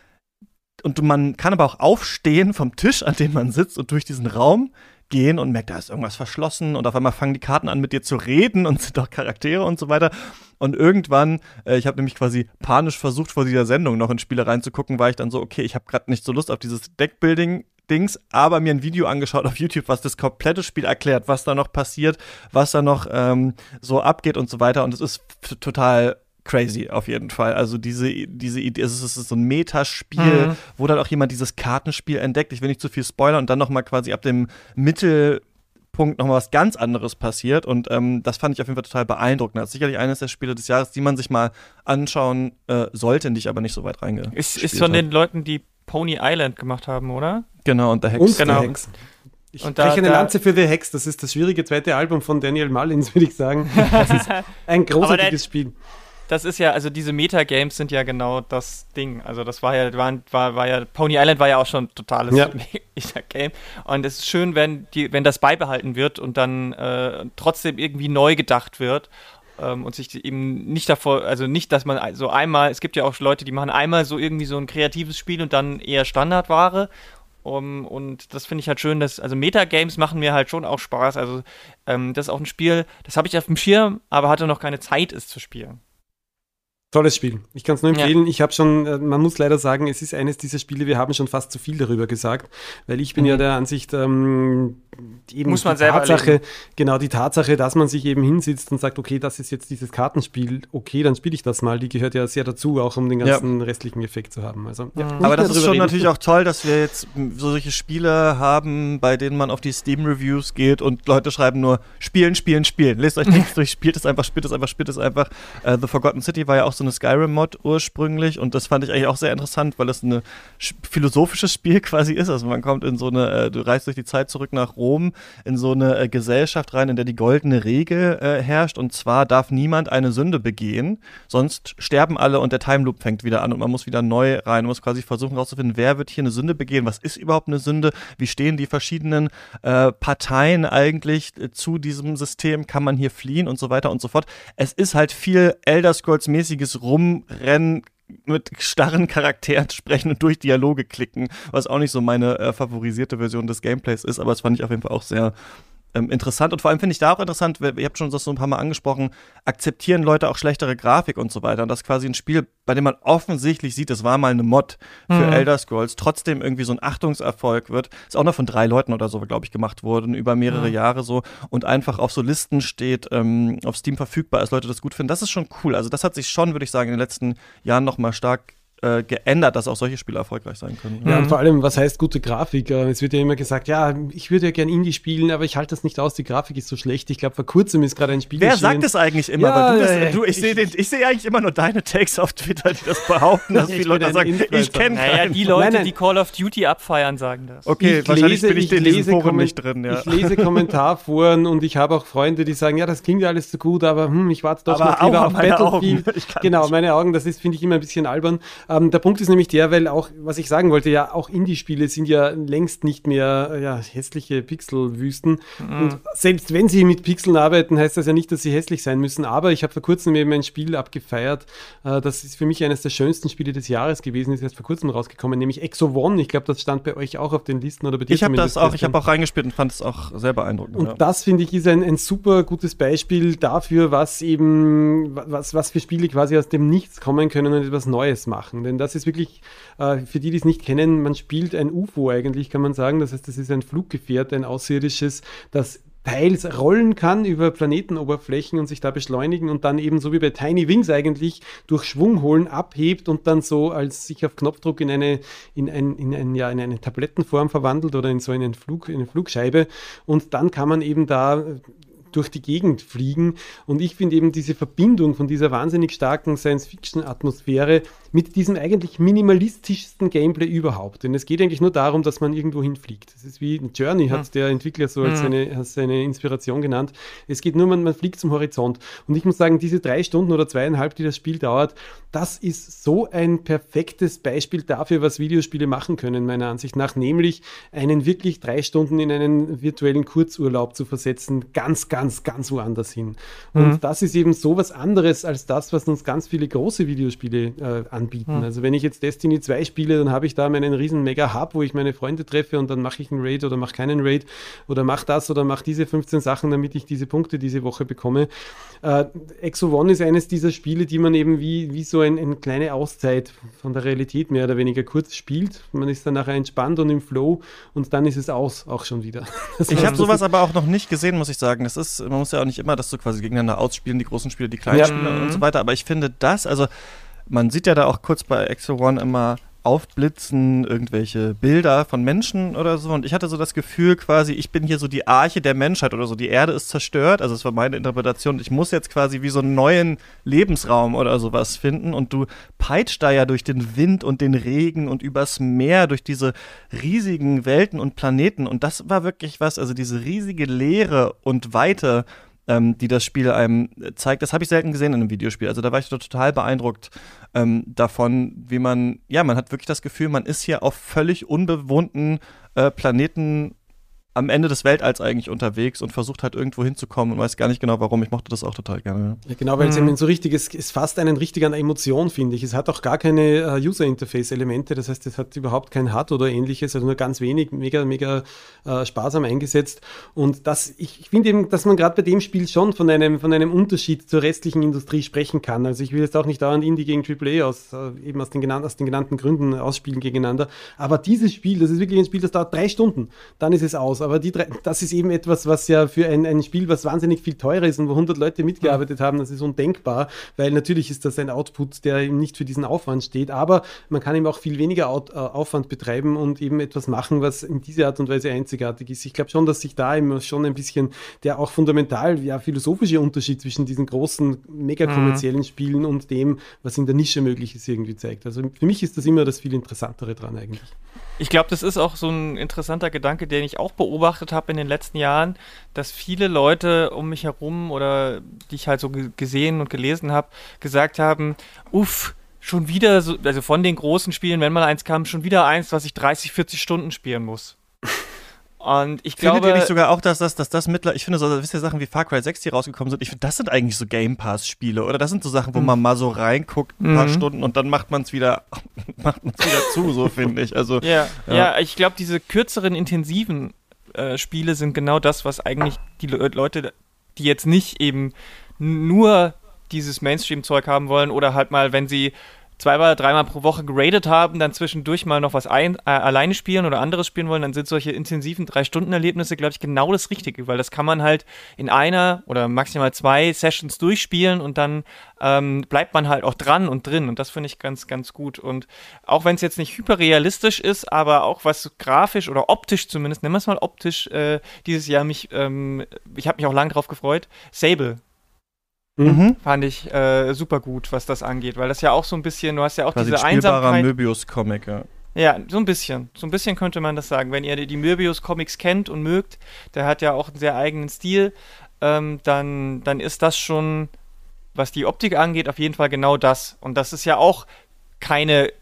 S3: Und man kann aber auch aufstehen vom Tisch, an dem man sitzt und durch diesen Raum gehen und merkt, da ist irgendwas verschlossen und auf einmal fangen die Karten an, mit dir zu reden und sind auch Charaktere und so weiter. Und irgendwann, äh, ich habe nämlich quasi panisch versucht, vor dieser Sendung noch in Spiele reinzugucken, war ich dann so, okay, ich habe gerade nicht so Lust auf dieses Deckbuilding-Dings, aber mir ein Video angeschaut auf YouTube, was das komplette Spiel erklärt, was da noch passiert, was da noch ähm, so abgeht und so weiter. Und es ist f- total crazy auf jeden Fall. Also diese, diese Idee, es ist so ein Metaspiel, mhm. wo dann auch jemand dieses Kartenspiel entdeckt. Ich will nicht zu viel spoilern und dann nochmal quasi ab dem Mittelpunkt nochmal was ganz anderes passiert. Und ähm, das fand ich auf jeden Fall total beeindruckend. Das ist sicherlich eines der Spiele des Jahres, die man sich mal anschauen äh, sollte, in die ich aber nicht so weit reingespielt habe.
S4: Ist, ist von den Leuten, die Pony Island gemacht haben, oder?
S3: Genau, und The Hex.
S5: Und
S4: genau.
S5: The Hex. Ich
S4: und
S5: breche
S4: da,
S5: eine
S4: da,
S5: Lanze für The Hex. Das ist das schwierige zweite Album von Daniel Mullins, würde ich sagen. Das ist ein großartiges
S4: der,
S5: Spiel.
S4: Das ist ja, also diese Metagames sind ja genau das Ding. Also das war ja, war, war, war ja, Pony Island war ja auch schon ein totales
S5: ja.
S4: Metagame. Und es ist schön, wenn die, wenn das beibehalten wird und dann äh, trotzdem irgendwie neu gedacht wird. Ähm, und sich eben nicht davor, also nicht, dass man so einmal, es gibt ja auch Leute, die machen einmal so irgendwie so ein kreatives Spiel und dann eher Standardware. Um, und das finde ich halt schön, dass, also Metagames machen mir halt schon auch Spaß. Also ähm, das ist auch ein Spiel, das habe ich auf dem Schirm, aber hatte noch keine Zeit, es zu spielen.
S5: Tolles Spiel. Ich kann es nur empfehlen.
S4: Ja.
S5: Ich habe schon, man muss leider sagen, es ist eines dieser Spiele, wir haben schon fast zu viel darüber gesagt, weil ich bin mhm. ja der Ansicht, ähm, eben
S4: muss man
S5: die
S4: selber
S5: Tatsache,
S4: erleben.
S5: genau die Tatsache, dass man sich eben hinsitzt und sagt, okay, das ist jetzt dieses Kartenspiel, okay, dann spiele ich das mal. Die gehört ja sehr dazu, auch um den ganzen ja. restlichen Effekt zu haben. Also, ja,
S3: aber das ist schon reden. natürlich auch toll, dass wir jetzt so solche Spiele haben, bei denen man auf die Steam-Reviews geht und Leute schreiben nur spielen, spielen, spielen. Lest euch nichts durch, spielt es einfach, spielt es einfach, spielt es einfach. Uh, The Forgotten City war ja auch so eine Skyrim-Mod ursprünglich und das fand ich eigentlich auch sehr interessant, weil es ein philosophisches Spiel quasi ist. Also man kommt in so eine, äh, du reist durch die Zeit zurück nach Rom, in so eine äh, Gesellschaft rein, in der die goldene Regel äh, herrscht, und zwar darf niemand eine Sünde begehen, sonst sterben alle und der Time Loop fängt wieder an und man muss wieder neu rein, man muss quasi versuchen herauszufinden, wer wird hier eine Sünde begehen, was ist überhaupt eine Sünde, wie stehen die verschiedenen äh, Parteien eigentlich äh, zu diesem System, kann man hier fliehen und so weiter und so fort. Es ist halt viel Elder Scrolls-mäßiges Rumrennen, mit starren Charakteren sprechen und durch Dialoge klicken, was auch nicht so meine äh, favorisierte Version des Gameplays ist, aber es fand ich auf jeden Fall auch sehr ähm, interessant. Und vor allem finde ich da auch interessant, ihr habt schon das so ein paar Mal angesprochen, akzeptieren Leute auch schlechtere Grafik und so weiter. Und das ist quasi ein Spiel, bei dem man offensichtlich sieht, es war mal eine Mod für mhm. Elder Scrolls, trotzdem irgendwie so ein Achtungserfolg wird. Ist auch noch von drei Leuten oder so, glaube ich, gemacht worden, über mehrere mhm. Jahre so. Und einfach auf so Listen steht, ähm, auf Steam verfügbar ist, Leute das gut finden. Das ist schon cool. Also das hat sich schon, würde ich sagen, in den letzten Jahren noch mal stark äh, geändert, dass auch solche Spiele erfolgreich sein können.
S5: Ja, mhm. und vor allem, was heißt gute Grafik? Es wird ja immer gesagt, ja, ich würde ja gern Indie spielen, aber ich halte das nicht aus, die Grafik ist so schlecht. Ich glaube, vor kurzem ist gerade ein Spiel
S3: Wer
S5: erschienen.
S3: sagt das eigentlich immer?
S5: Ja,
S3: Weil du das,
S5: äh,
S3: du, ich sehe seh eigentlich immer nur deine Takes auf Twitter, die das behaupten, dass viele Leute sagen, ich kenne keinen.
S4: Naja, die Leute, nein, nein. die Call of Duty abfeiern, sagen das.
S3: Okay,
S5: ich
S3: wahrscheinlich
S5: lese,
S3: bin ich, ich in diesen Foren nicht drin. Ja.
S5: Ich lese Kommentarforen und ich habe auch Freunde, die sagen, ja, das klingt ja alles so gut, aber hm, ich warte doch
S3: aber
S5: noch lieber auf
S3: Battlefield.
S5: Genau, meine Augen, das ist, finde ich, immer ein bisschen albern. Ähm, der Punkt ist nämlich der, weil auch, was ich sagen wollte, ja, auch Indie-Spiele sind ja längst nicht mehr ja, hässliche Pixelwüsten. Mhm. Und selbst wenn sie mit Pixeln arbeiten, heißt das ja nicht, dass sie hässlich sein müssen. Aber ich habe vor kurzem eben ein Spiel abgefeiert. Äh, das ist für mich eines der schönsten Spiele des Jahres gewesen. Ist erst vor kurzem rausgekommen, nämlich Exo One. Ich glaube, das stand bei euch auch auf den Listen oder bei dir.
S3: Ich habe das auch, ich habe auch reingespielt und fand es auch sehr beeindruckend.
S5: Und
S3: ja.
S5: das, finde ich, ist ein, ein super gutes Beispiel dafür, was eben, was, was für Spiele quasi aus dem Nichts kommen können und etwas Neues machen. Denn das ist wirklich, äh, für die, die es nicht kennen, man spielt ein U F O eigentlich, kann man sagen. Das heißt, das ist ein Fluggefährt, ein außerirdisches, das teils rollen kann über Planetenoberflächen und sich da beschleunigen und dann eben so wie bei Tiny Wings eigentlich durch Schwung holen abhebt und dann so als sich auf Knopfdruck in eine, in ein, in ein, ja, in eine Tablettenform verwandelt oder in so einen Flug, in eine Flugscheibe, und dann kann man eben da durch die Gegend fliegen. Und ich finde eben diese Verbindung von dieser wahnsinnig starken Science-Fiction-Atmosphäre mit diesem eigentlich minimalistischsten Gameplay überhaupt. Denn es geht eigentlich nur darum, dass man irgendwo hinfliegt. Das ist wie Journey, hat mhm. der Entwickler so als seine, als seine Inspiration genannt. Es geht nur, man, man fliegt zum Horizont. Und ich muss sagen, diese drei Stunden oder zweieinhalb, die das Spiel dauert, das ist so ein perfektes Beispiel dafür, was Videospiele machen können, meiner Ansicht nach. Nämlich einen wirklich drei Stunden in einen virtuellen Kurzurlaub zu versetzen. Ganz, ganz, ganz woanders hin. Und mhm. das ist eben so was anderes als das, was uns ganz viele große Videospiele äh, anbieten. Mhm. Also wenn ich jetzt Destiny zwei spiele, dann habe ich da meinen riesen Mega-Hub, wo ich meine Freunde treffe und dann mache ich einen Raid oder mache keinen Raid oder mache das oder mache diese fünfzehn Sachen, damit ich diese Punkte diese Woche bekomme. Äh, Exo One ist eines dieser Spiele, die man eben wie, wie so ein, eine kleine Auszeit von der Realität mehr oder weniger kurz spielt. Man ist dann nachher entspannt und im Flow und dann ist es aus, auch schon wieder. Das
S3: ich
S5: heißt,
S3: habe sowas aber auch noch nicht gesehen, muss ich sagen. Das ist, man muss ja auch nicht immer das so quasi gegeneinander ausspielen, die großen Spiele, die kleinen
S5: Ja.
S3: Spiele und so weiter. Aber ich finde das, also man sieht ja da auch kurz bei Exo One immer aufblitzen, irgendwelche Bilder von Menschen oder so. Und ich hatte so das Gefühl quasi, ich bin hier so die Arche der Menschheit oder so. Die Erde ist zerstört. Also das war meine Interpretation. Ich muss jetzt quasi wie so einen neuen Lebensraum oder sowas finden. Und du peitscht da ja durch den Wind und den Regen und übers Meer, durch diese riesigen Welten und Planeten. Und das war wirklich was, also diese riesige Leere und Weite, ähm, die das Spiel einem zeigt. Das habe ich selten gesehen in einem Videospiel. Also da war ich total beeindruckt ähm, davon, wie man, ja, man hat wirklich das Gefühl, man ist hier auf völlig unbewohnten äh, Planeten am Ende des Weltalls eigentlich unterwegs und versucht halt irgendwo hinzukommen und weiß gar nicht genau warum. Ich mochte das auch total gerne.
S5: Ja, genau, weil es eben so richtig, es, es fasst einen richtig an Emotion, finde ich. Es hat auch gar keine uh, User-Interface-Elemente, das heißt, es hat überhaupt kein H U D oder ähnliches, also nur ganz wenig, mega, mega uh, sparsam eingesetzt. Und das, ich, ich finde eben, dass man gerade bei dem Spiel schon von einem, von einem Unterschied zur restlichen Industrie sprechen kann. Also ich will jetzt auch nicht dauernd Indie gegen Triple A aus, uh, eben aus den, genannten, aus den genannten Gründen ausspielen gegeneinander. Aber dieses Spiel, das ist wirklich ein Spiel, das dauert drei Stunden. Dann ist es aus. Aber die drei, das ist eben etwas, was ja für ein, ein Spiel, was wahnsinnig viel teurer ist und wo hundert Leute mitgearbeitet haben, das ist undenkbar, weil natürlich ist das ein Output, der eben nicht für diesen Aufwand steht, aber man kann eben auch viel weniger Out, äh, Aufwand betreiben und eben etwas machen, was in dieser Art und Weise einzigartig ist. Ich glaube schon, dass sich da eben schon ein bisschen der auch fundamental, ja, philosophische Unterschied zwischen diesen großen, mega kommerziellen mhm. Spielen und dem, was in der Nische möglich ist, irgendwie zeigt. Also für mich ist das immer das viel Interessantere dran eigentlich.
S4: Ich glaube, das ist auch so ein interessanter Gedanke, den ich auch beobachtet habe in den letzten Jahren, dass viele Leute um mich herum oder die ich halt so g- gesehen und gelesen habe, gesagt haben, uff, schon wieder, so, also von den großen Spielen, wenn mal eins kam, schon wieder eins, was ich dreißig, vierzig Stunden spielen muss. Und ich glaube...
S3: Findet ihr nicht sogar auch, dass das, dass das mittlerweile, ich finde so, wisst ihr Sachen wie Far Cry sechs, die rausgekommen sind, ich finde, das sind eigentlich so Game Pass-Spiele, oder? Das sind so Sachen, wo mhm. man mal so reinguckt, ein paar mhm. Stunden und dann macht man es wieder, macht man's wieder zu, so finde ich. Also,
S4: ja, ja. ja, ich glaube, diese kürzeren, intensiven äh, Spiele sind genau das, was eigentlich die Le- Leute, die jetzt nicht eben nur dieses Mainstream-Zeug haben wollen oder halt mal, wenn sie zweimal, dreimal pro Woche geradet haben, dann zwischendurch mal noch was ein, äh, alleine spielen oder anderes spielen wollen, dann sind solche intensiven drei-Stunden-Erlebnisse, glaube ich, genau das Richtige, weil das kann man halt in einer oder maximal zwei Sessions durchspielen und dann ähm, bleibt man halt auch dran und drin und das finde ich ganz, ganz gut und auch wenn es jetzt nicht hyperrealistisch ist, aber auch was grafisch oder optisch zumindest, nennen wir es mal optisch, äh, dieses Jahr mich, ähm, ich habe mich auch lange drauf gefreut, Sable. Mhm. Fand ich äh, super gut, was das angeht, weil das ja auch so ein bisschen, du hast ja auch
S3: quasi
S4: diese
S3: ein spielbarer
S4: Einsamkeit.
S3: Möbius-Comic, ja.
S4: Ja, so ein bisschen. So ein bisschen könnte man das sagen. Wenn ihr die Möbius-Comics kennt und mögt, der hat ja auch einen sehr eigenen Stil, ähm, dann, dann ist das schon, was die Optik angeht, auf jeden Fall genau das. Und das ist ja auch keine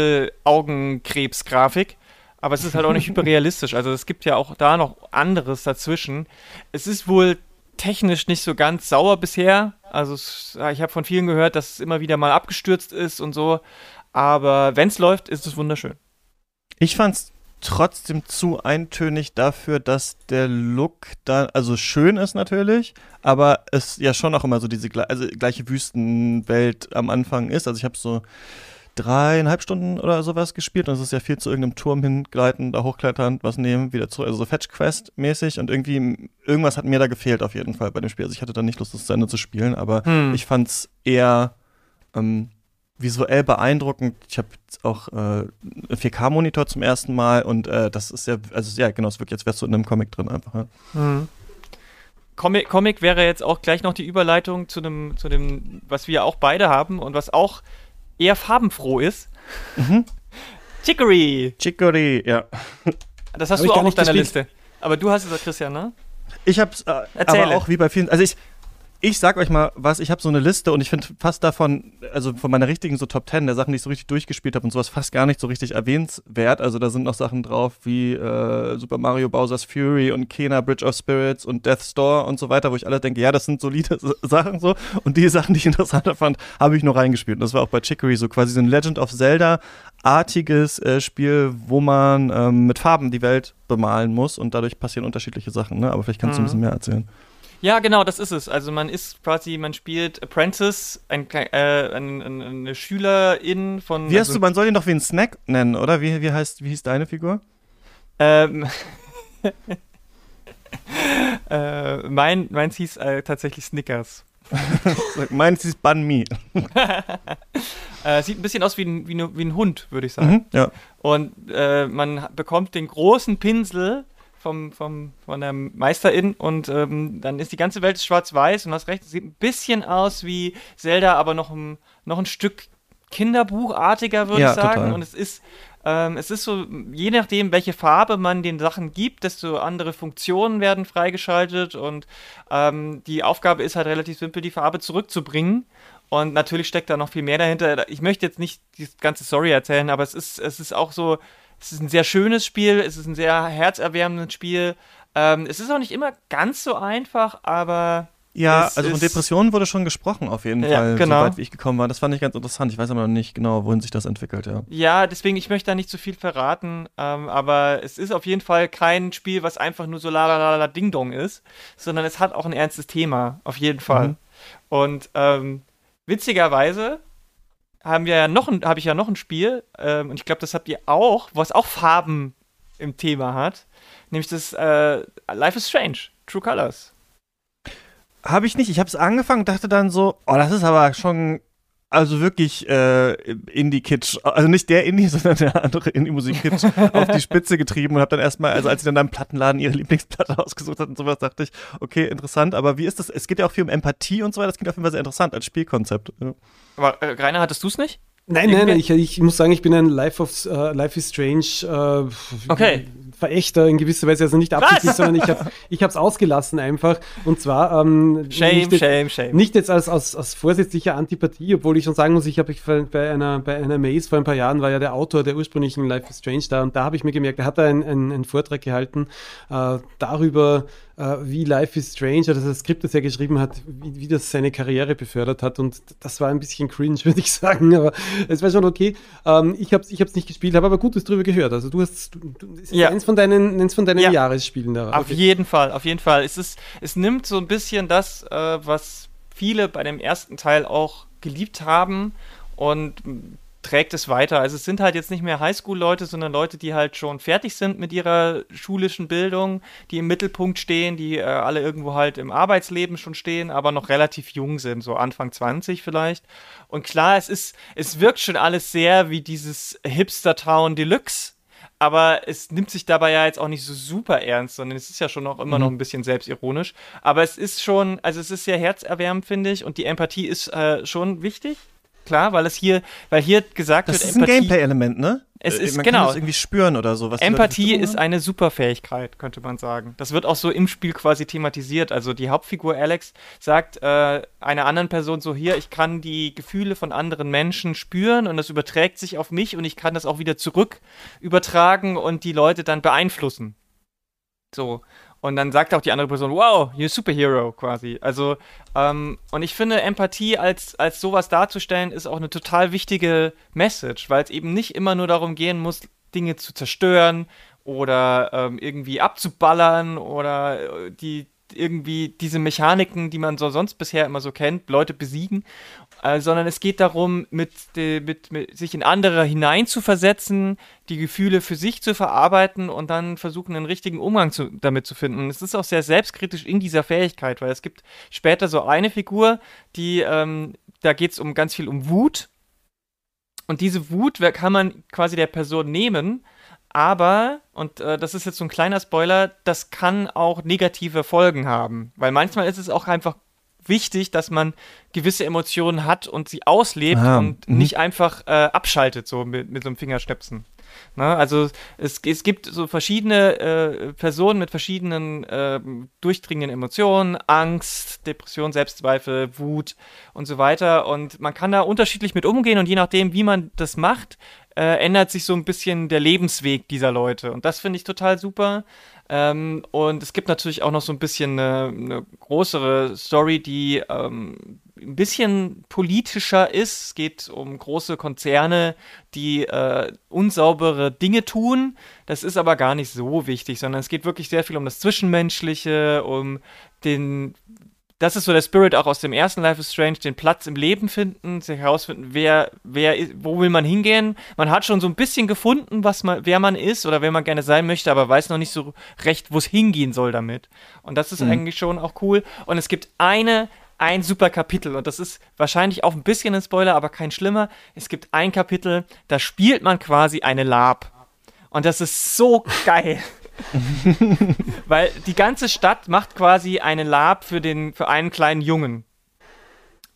S4: Pixel-Augenkrebs-Grafik, aber es ist halt auch nicht hyperrealistisch. Also es gibt ja auch da noch anderes dazwischen. Es ist wohl technisch nicht so ganz sauer bisher. Also es, ich habe von vielen gehört, dass es immer wieder mal abgestürzt ist und so. Aber wenn es läuft, ist es wunderschön.
S3: Ich fand es trotzdem zu eintönig dafür, dass der Look da, also schön ist natürlich, aber es ja schon auch immer so diese also gleiche Wüstenwelt am Anfang ist. Also ich habe so dreieinhalb Stunden oder sowas gespielt und es ist ja viel zu irgendeinem Turm hingleiten, da hochklettern, was nehmen, wieder zurück, also so Fetch-Quest-mäßig und irgendwie, irgendwas hat mir da gefehlt auf jeden Fall bei dem Spiel. Also ich hatte da nicht Lust, das zu Ende zu spielen, aber hm. ich fand's eher ähm, visuell beeindruckend. Ich habe auch äh, einen vier K-Monitor zum ersten Mal und äh, das ist ja, also ja, genau, es wirkt, jetzt wärst du in einem Comic drin einfach. Ja.
S4: Hm. Comic, Comic wäre jetzt auch gleich noch die Überleitung zu dem, zu dem, was wir auch beide haben und was auch eher farbenfroh ist. Mhm. Chicory.
S3: Chicory, ja.
S4: Das hast Hab du auch auf deiner gespielt. Liste. Aber du hast es, Christian, ne?
S3: Ich hab's, äh, aber auch wie bei vielen, also ich, ich sag euch mal was, ich habe so eine Liste und ich finde fast davon, also von meiner richtigen so Top Ten der Sachen, die ich so richtig durchgespielt habe und sowas, fast gar nicht so richtig erwähnenswert. Also da sind noch Sachen drauf wie äh, Super Mario Bowser's Fury und Kena Bridge of Spirits und Death's Door und so weiter, wo ich alle denke, ja, das sind solide S- Sachen so. Und die Sachen, die ich interessanter fand, habe ich nur reingespielt. Und das war auch bei Chicory so quasi so ein Legend of Zelda-artiges äh, Spiel, wo man ähm, mit Farben die Welt bemalen muss und dadurch passieren unterschiedliche Sachen, ne? Aber vielleicht kannst mhm. du ein bisschen mehr erzählen.
S4: Ja, genau, das ist es. Also man ist quasi, man spielt Apprentice, ein, äh, ein, ein, eine Schülerin von...
S3: Wie
S4: also,
S3: hast du, man soll ihn doch wie einen Snack nennen, oder? Wie, wie heißt, wie hieß deine Figur?
S4: Ähm... äh, mein, meins hieß äh, tatsächlich Snickers.
S3: Meins hieß Banh Mi.
S4: äh, sieht ein bisschen aus wie ein, wie eine, wie ein Hund, würde ich sagen. Mhm,
S3: ja.
S4: Und äh, man bekommt den großen Pinsel Vom, vom, von der Meisterin und ähm, dann ist die ganze Welt schwarz-weiß und hast recht, es sieht ein bisschen aus wie Zelda, aber noch ein, noch ein Stück Kinderbuchartiger, würde
S3: ja,
S4: ich sagen.
S3: Total.
S4: Und es ist Ähm, es ist so, je nachdem, welche Farbe man den Sachen gibt, desto andere Funktionen werden freigeschaltet und ähm, die Aufgabe ist halt relativ simpel, die Farbe zurückzubringen. Und natürlich steckt da noch viel mehr dahinter. Ich möchte jetzt nicht die ganze Story erzählen, aber es ist, es ist auch so, es ist ein sehr schönes Spiel, es ist ein sehr herzerwärmendes Spiel. Ähm, es ist auch nicht immer ganz so einfach, aber
S3: ja, also von Depressionen wurde schon gesprochen auf jeden
S4: ja,
S3: Fall,
S4: genau.
S3: soweit wie ich gekommen war. Das fand ich ganz interessant. Ich weiß aber noch nicht genau, wohin sich das entwickelt, ja.
S4: Ja, deswegen, ich möchte da nicht zu viel verraten, ähm, aber es ist auf jeden Fall kein Spiel, was einfach nur so la la la la Ding Dong ist, sondern es hat auch ein ernstes Thema, auf jeden Fall. Mhm. Und ähm, witzigerweise haben wir ja noch ein, habe ich ja noch ein Spiel, ähm, und ich glaube, das habt ihr auch, was auch Farben im Thema hat, nämlich das äh, Life is Strange, True Colors.
S3: Habe ich nicht. Ich habe es angefangen und dachte dann so, oh, das ist aber schon, also wirklich äh, Indie-Kitsch. Also nicht der Indie, sondern der andere Indie-Musik-Kitsch auf die Spitze getrieben und habe dann erstmal, also als sie dann im Plattenladen ihre Lieblingsplatte ausgesucht hat und sowas, dachte ich, okay, interessant. Aber wie ist das? Es geht ja auch viel um Empathie und so weiter. Das klingt auf jeden Fall sehr interessant als Spielkonzept. Ja.
S4: Aber äh, Rainer, hattest du es nicht?
S5: Nein, nein, nein, ich, ich muss sagen, ich bin ein Life, of, uh, Life is Strange äh,
S4: okay.
S5: Verächter in gewisser Weise, also nicht absichtlich, sondern ich habe ich es ausgelassen einfach. Und zwar ähm,
S4: shame,
S5: nicht, jetzt,
S4: shame, shame.
S5: nicht jetzt als, als, als vorsätzlicher Antipathie, obwohl ich schon sagen muss, ich habe bei einer, bei einer Maze vor ein paar Jahren war ja der Autor der ursprünglichen Life is Strange da und da habe ich mir gemerkt, er hat da einen, einen, einen Vortrag gehalten äh, darüber, Uh, wie Life is Strange, oder das Skript, das er geschrieben hat, wie, wie das seine Karriere befördert hat und das war ein bisschen cringe, würde ich sagen, aber es war schon okay. Um, ich habe es ich hab's nicht gespielt, habe aber Gutes drüber gehört. Also du hast, du, du, es ist ja. eins von deinen, eins von deinen ja. Jahresspielen da.
S4: Auf okay. jeden Fall, auf jeden Fall. Es, ist, es nimmt so ein bisschen das, äh, was viele bei dem ersten Teil auch geliebt haben und trägt es weiter. Also es sind halt jetzt nicht mehr Highschool-Leute, sondern Leute, die halt schon fertig sind mit ihrer schulischen Bildung, die im Mittelpunkt stehen, die äh, alle irgendwo halt im Arbeitsleben schon stehen, aber noch relativ jung sind, so Anfang zwanzig vielleicht. Und klar, es ist, es wirkt schon alles sehr wie dieses Hipster-Town Deluxe, aber es nimmt sich dabei ja jetzt auch nicht so super ernst, sondern es ist ja schon auch immer mhm. noch ein bisschen selbstironisch. Aber es ist schon, also es ist sehr herzerwärmend, finde ich, und die Empathie ist äh, schon wichtig. Klar, weil es hier, weil hier gesagt
S3: das
S4: wird,
S3: ist ein Gameplay-Element, ne?
S4: Es ist,
S3: man
S4: genau.
S3: kann das irgendwie spüren oder so. Was
S4: Empathie ist eine Superfähigkeit, könnte man sagen. Das wird auch so im Spiel quasi thematisiert. Also die Hauptfigur Alex sagt äh, einer anderen Person so, hier, ich kann die Gefühle von anderen Menschen spüren und das überträgt sich auf mich und ich kann das auch wieder zurück übertragen und die Leute dann beeinflussen. So. Und dann sagt auch die andere Person, wow, you're a superhero quasi. Also, ähm, und ich finde, Empathie als, als sowas darzustellen, ist auch eine total wichtige Message, weil es eben nicht immer nur darum gehen muss, Dinge zu zerstören oder ähm, irgendwie abzuballern oder die irgendwie diese Mechaniken, die man so sonst bisher immer so kennt, Leute besiegen, äh, sondern es geht darum, mit, de, mit, mit sich in andere hineinzuversetzen, die Gefühle für sich zu verarbeiten und dann versuchen, einen richtigen Umgang zu, damit zu finden. Es ist auch sehr selbstkritisch in dieser Fähigkeit, weil es gibt später so eine Figur, die, ähm, da geht es um ganz viel um Wut und diese Wut kann man quasi der Person nehmen, aber, und äh, das ist jetzt so ein kleiner Spoiler, das kann auch negative Folgen haben. Weil manchmal ist es auch einfach wichtig, dass man gewisse Emotionen hat und sie auslebt ah, und m- nicht einfach äh, abschaltet, so mit, mit so einem Fingerschnipsen. Na, also es, es gibt so verschiedene äh, Personen mit verschiedenen äh, durchdringenden Emotionen, Angst, Depression, Selbstzweifel, Wut und so weiter. Und man kann da unterschiedlich mit umgehen und je nachdem, wie man das macht, äh, ändert sich so ein bisschen der Lebensweg dieser Leute. Und das finde ich total super. Ähm, und es gibt natürlich auch noch so ein bisschen eine, eine größere Story, die ähm, ein bisschen politischer ist. Es geht um große Konzerne, die äh, unsaubere Dinge tun. Das ist aber gar nicht so wichtig, sondern es geht wirklich sehr viel um das Zwischenmenschliche, um den... Das ist so der Spirit auch aus dem ersten Life is Strange, den Platz im Leben finden, sich herausfinden, wer, wer, wo will man hingehen. Man hat schon so ein bisschen gefunden, was man, wer man ist oder wer man gerne sein möchte, aber weiß noch nicht so recht, wo es hingehen soll damit. Und das ist mhm. eigentlich schon auch cool. Und es gibt eine, ein super Kapitel und das ist wahrscheinlich auch ein bisschen ein Spoiler, aber kein schlimmer. Es gibt ein Kapitel, da spielt man quasi eine Lab. Und das ist so geil. Weil die ganze Stadt macht quasi eine Lab für, den, für einen kleinen Jungen.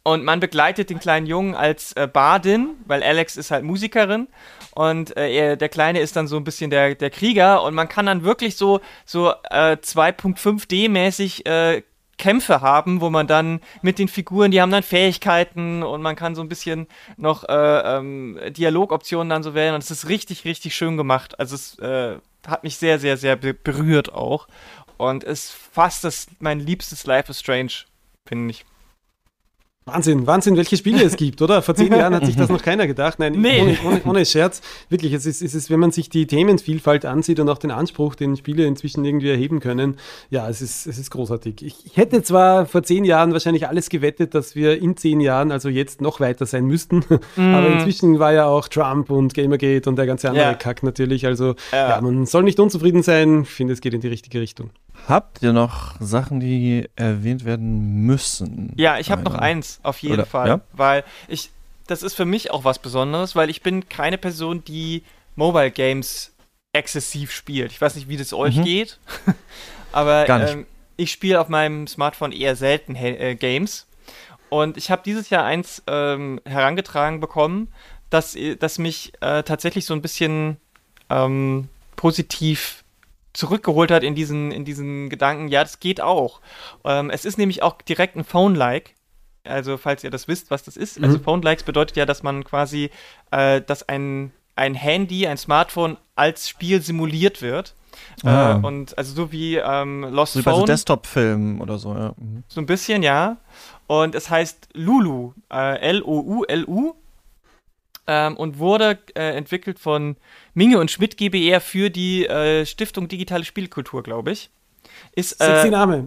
S4: Und man begleitet den kleinen Jungen als äh, Bardin, weil Alex ist halt Musikerin und äh, er, der Kleine ist dann so ein bisschen der, der Krieger und man kann dann wirklich so, so äh, zwei Punkt fünf D-mäßig äh, Kämpfe haben, wo man dann mit den Figuren, die haben dann Fähigkeiten und man kann so ein bisschen noch äh, ähm, Dialogoptionen dann so wählen und es ist richtig, richtig schön gemacht. Also es äh, hat mich sehr, sehr, sehr be- berührt auch und ist fast das, mein liebstes Life is Strange, finde ich.
S5: Wahnsinn, Wahnsinn, welche Spiele es gibt, oder? Vor zehn Jahren hat sich das noch keiner gedacht. Nein,
S4: Nee.
S5: ohne, ohne, ohne Scherz. Wirklich, es ist, es ist, wenn man sich die Themenvielfalt ansieht und auch den Anspruch, den Spiele inzwischen irgendwie erheben können, ja, es ist, es ist großartig. Ich, ich hätte zwar vor zehn Jahren wahrscheinlich alles gewettet, dass wir in zehn Jahren, also jetzt, noch weiter sein müssten, mm. aber inzwischen war ja auch Trump und Gamergate und der ganze andere
S4: Ja.
S5: Kack natürlich. Also,
S4: Ja.
S5: ja, man soll nicht unzufrieden sein. Ich finde, es geht in die richtige Richtung.
S3: Habt ihr noch Sachen, die erwähnt werden müssen?
S4: Ja, ich habe noch
S3: Einer?
S4: eins, auf jeden
S3: Oder-
S4: Fall.
S3: ja?
S4: Weil ich, das ist für mich auch was Besonderes, weil ich bin keine Person, die Mobile Games exzessiv spielt. Ich weiß nicht, wie das euch
S3: Mhm.
S4: geht, aber
S3: Gar nicht.
S4: ähm, ich spiele auf meinem Smartphone eher selten äh, Games. Und ich habe dieses Jahr eins ähm, herangetragen bekommen, dass, dass mich äh, tatsächlich so ein bisschen ähm, positiv zurückgeholt hat in diesen, in diesen Gedanken, ja, das geht auch. Ähm, es ist nämlich auch direkt ein Phone-like. Also, falls ihr das wisst, was das ist.
S5: Mhm.
S4: Also, Phone-likes bedeutet ja, dass man quasi, äh, dass ein, ein Handy, ein Smartphone als Spiel simuliert wird.
S3: Ah.
S4: Äh, und also so wie ähm, Lost
S3: So wie bei so
S4: Phone,
S3: Desktop-Filmen oder so, ja. Mhm.
S4: so ein bisschen, ja. Und es heißt Lulu, äh, L O U L U. Ähm, und wurde äh, entwickelt von Minge und Schmidt GbR für die äh, Stiftung Digitale Spielkultur, glaube ich. Ist,
S5: Sexy
S4: äh,
S5: Name.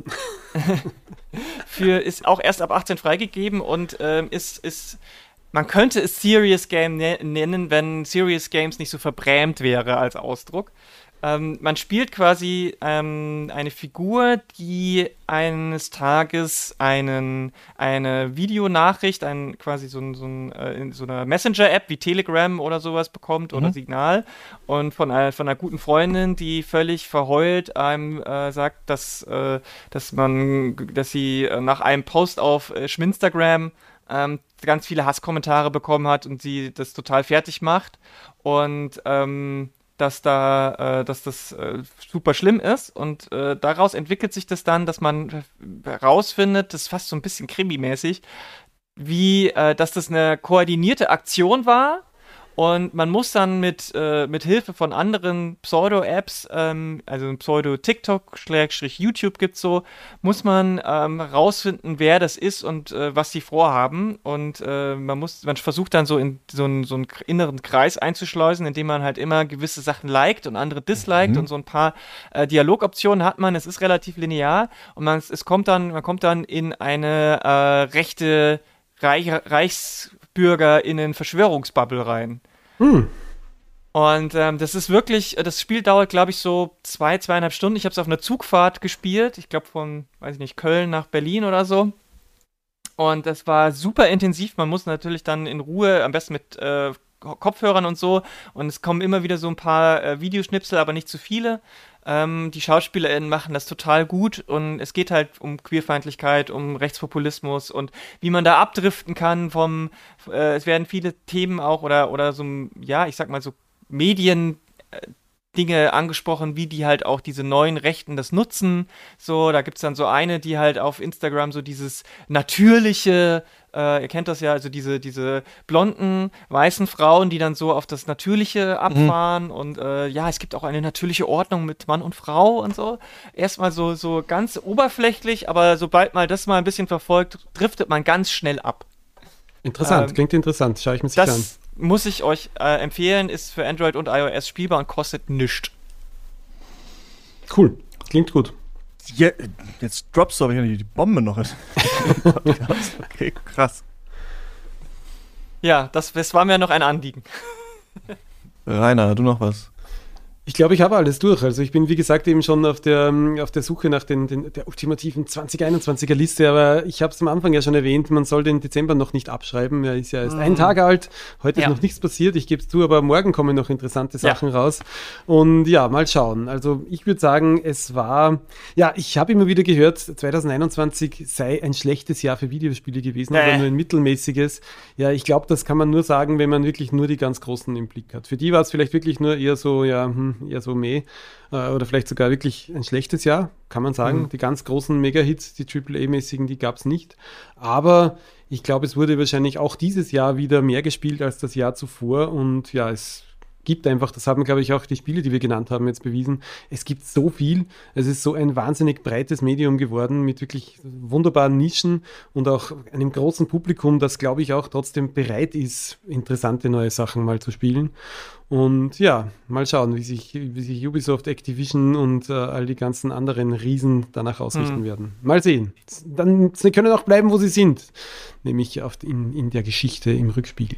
S4: für, ist auch erst ab achtzehn freigegeben und ähm, ist, ist, man könnte es Serious Game ne- nennen, wenn Serious Games nicht so verbrämt wäre als Ausdruck. Ähm, man spielt quasi ähm, eine Figur, die eines Tages einen, eine Videonachricht, ein, quasi so, ein, so, ein, äh, in so eine Messenger-App wie Telegram oder sowas bekommt
S3: Mhm.
S4: oder Signal und von, einer- von einer guten Freundin, die völlig verheult einem äh, sagt, dass, äh, dass man, dass sie äh, nach einem Post auf äh, Schminstagram ähm, ganz viele Hasskommentare bekommen hat und sie das total fertig macht und ähm, dass da, äh, dass das äh, super schlimm ist und äh, daraus entwickelt sich das dann, dass man herausfindet, das ist fast so ein bisschen krimimäßig, wie, äh, dass das eine koordinierte Aktion war und man muss dann mit, äh, mit Hilfe von anderen Pseudo-Apps, ähm, also Pseudo-TikTok-YouTube gibt's so, muss man ähm, rausfinden, wer das ist und äh, was sie vorhaben und äh, man muss, man versucht dann so in so einen, so einen inneren Kreis einzuschleusen, indem man halt immer gewisse Sachen liked und andere disliked
S3: Mhm.
S4: und so ein paar äh, Dialogoptionen hat man, es ist relativ linear und man, es kommt dann, man kommt dann in eine äh, rechte Reich, ReichsbürgerInnen-Verschwörungsbubble rein.
S5: Hm.
S4: Und ähm, das ist wirklich, das Spiel dauert, glaube ich, so zwei, zweieinhalb Stunden. Ich habe es auf einer Zugfahrt gespielt. Ich glaube von, weiß ich nicht, Köln nach Berlin oder so. Und das war super intensiv. Man muss natürlich dann in Ruhe, am besten mit äh, Kopfhörern und so. Und es kommen immer wieder so ein paar äh, Videoschnipsel, aber nicht zu viele. Ähm, die SchauspielerInnen machen das total gut und es geht halt um Queerfeindlichkeit, um Rechtspopulismus und wie man da abdriften kann vom, äh, es werden viele Themen auch oder, oder so, ja, ich sag mal so Medien, äh, Dinge angesprochen, wie die halt auch diese neuen Rechten das nutzen. So, da gibt's dann so eine, die halt auf Instagram so dieses natürliche, äh, ihr kennt das ja, also diese, diese blonden, weißen Frauen, die dann so auf das Natürliche abfahren. Mhm. Und äh, ja, es gibt auch eine natürliche Ordnung mit Mann und Frau und so. Erstmal so, so ganz oberflächlich, aber sobald man das mal ein bisschen verfolgt, driftet man ganz schnell ab.
S5: Interessant,
S4: Ähm,
S5: klingt interessant. Schaue ich mir sicher an.
S4: Das muss ich euch äh, empfehlen, ist für Android und iOS spielbar und kostet nichts.
S5: Cool, klingt gut.
S3: Ja, jetzt droppst du aber hier die Bombe noch. Okay, krass.
S4: Ja, das, das war mir noch ein Anliegen.
S3: Rainer, du noch was?
S5: Ich glaube, ich habe alles durch. Also ich bin, wie gesagt, eben schon auf der, auf der Suche nach den, den, der ultimativen zwanzig einundzwanziger Liste, aber ich habe es am Anfang ja schon erwähnt, man soll den Dezember noch nicht abschreiben. Er ist ja erst mm. ein Tag alt, heute ja. ist noch nichts passiert, ich gebe es zu, aber morgen kommen noch interessante Sachen ja. raus. Und ja, mal schauen. Also ich würde sagen, es war, ja, ich habe immer wieder gehört, zwanzig einundzwanzig sei ein schlechtes Jahr für Videospiele gewesen, äh. oder nur ein mittelmäßiges. Ja, ich glaube, das kann man nur sagen, wenn man wirklich nur die ganz Großen im Blick hat. Für die war es vielleicht wirklich nur eher so, ja, hm, eher so meh, äh, oder vielleicht sogar wirklich ein schlechtes Jahr, kann man sagen. Mhm. Die ganz großen Mega-Hits, die Triple A-mäßigen, die gab es nicht. Aber ich glaube, es wurde wahrscheinlich auch dieses Jahr wieder mehr gespielt als das Jahr zuvor. Und ja, es gibt einfach, das haben, glaube ich, auch die Spiele, die wir genannt haben, jetzt bewiesen, es gibt so viel, es ist so ein wahnsinnig breites Medium geworden mit wirklich wunderbaren Nischen und auch einem großen Publikum, das, glaube ich, auch trotzdem bereit ist, interessante neue Sachen mal zu spielen. Und ja, mal schauen, wie sich, wie sich Ubisoft, Activision und äh, all die ganzen anderen Riesen danach ausrichten mhm. werden. Mal sehen. Dann, sie können auch bleiben, wo sie sind, nämlich auf, in, in der Geschichte im Rückspiegel.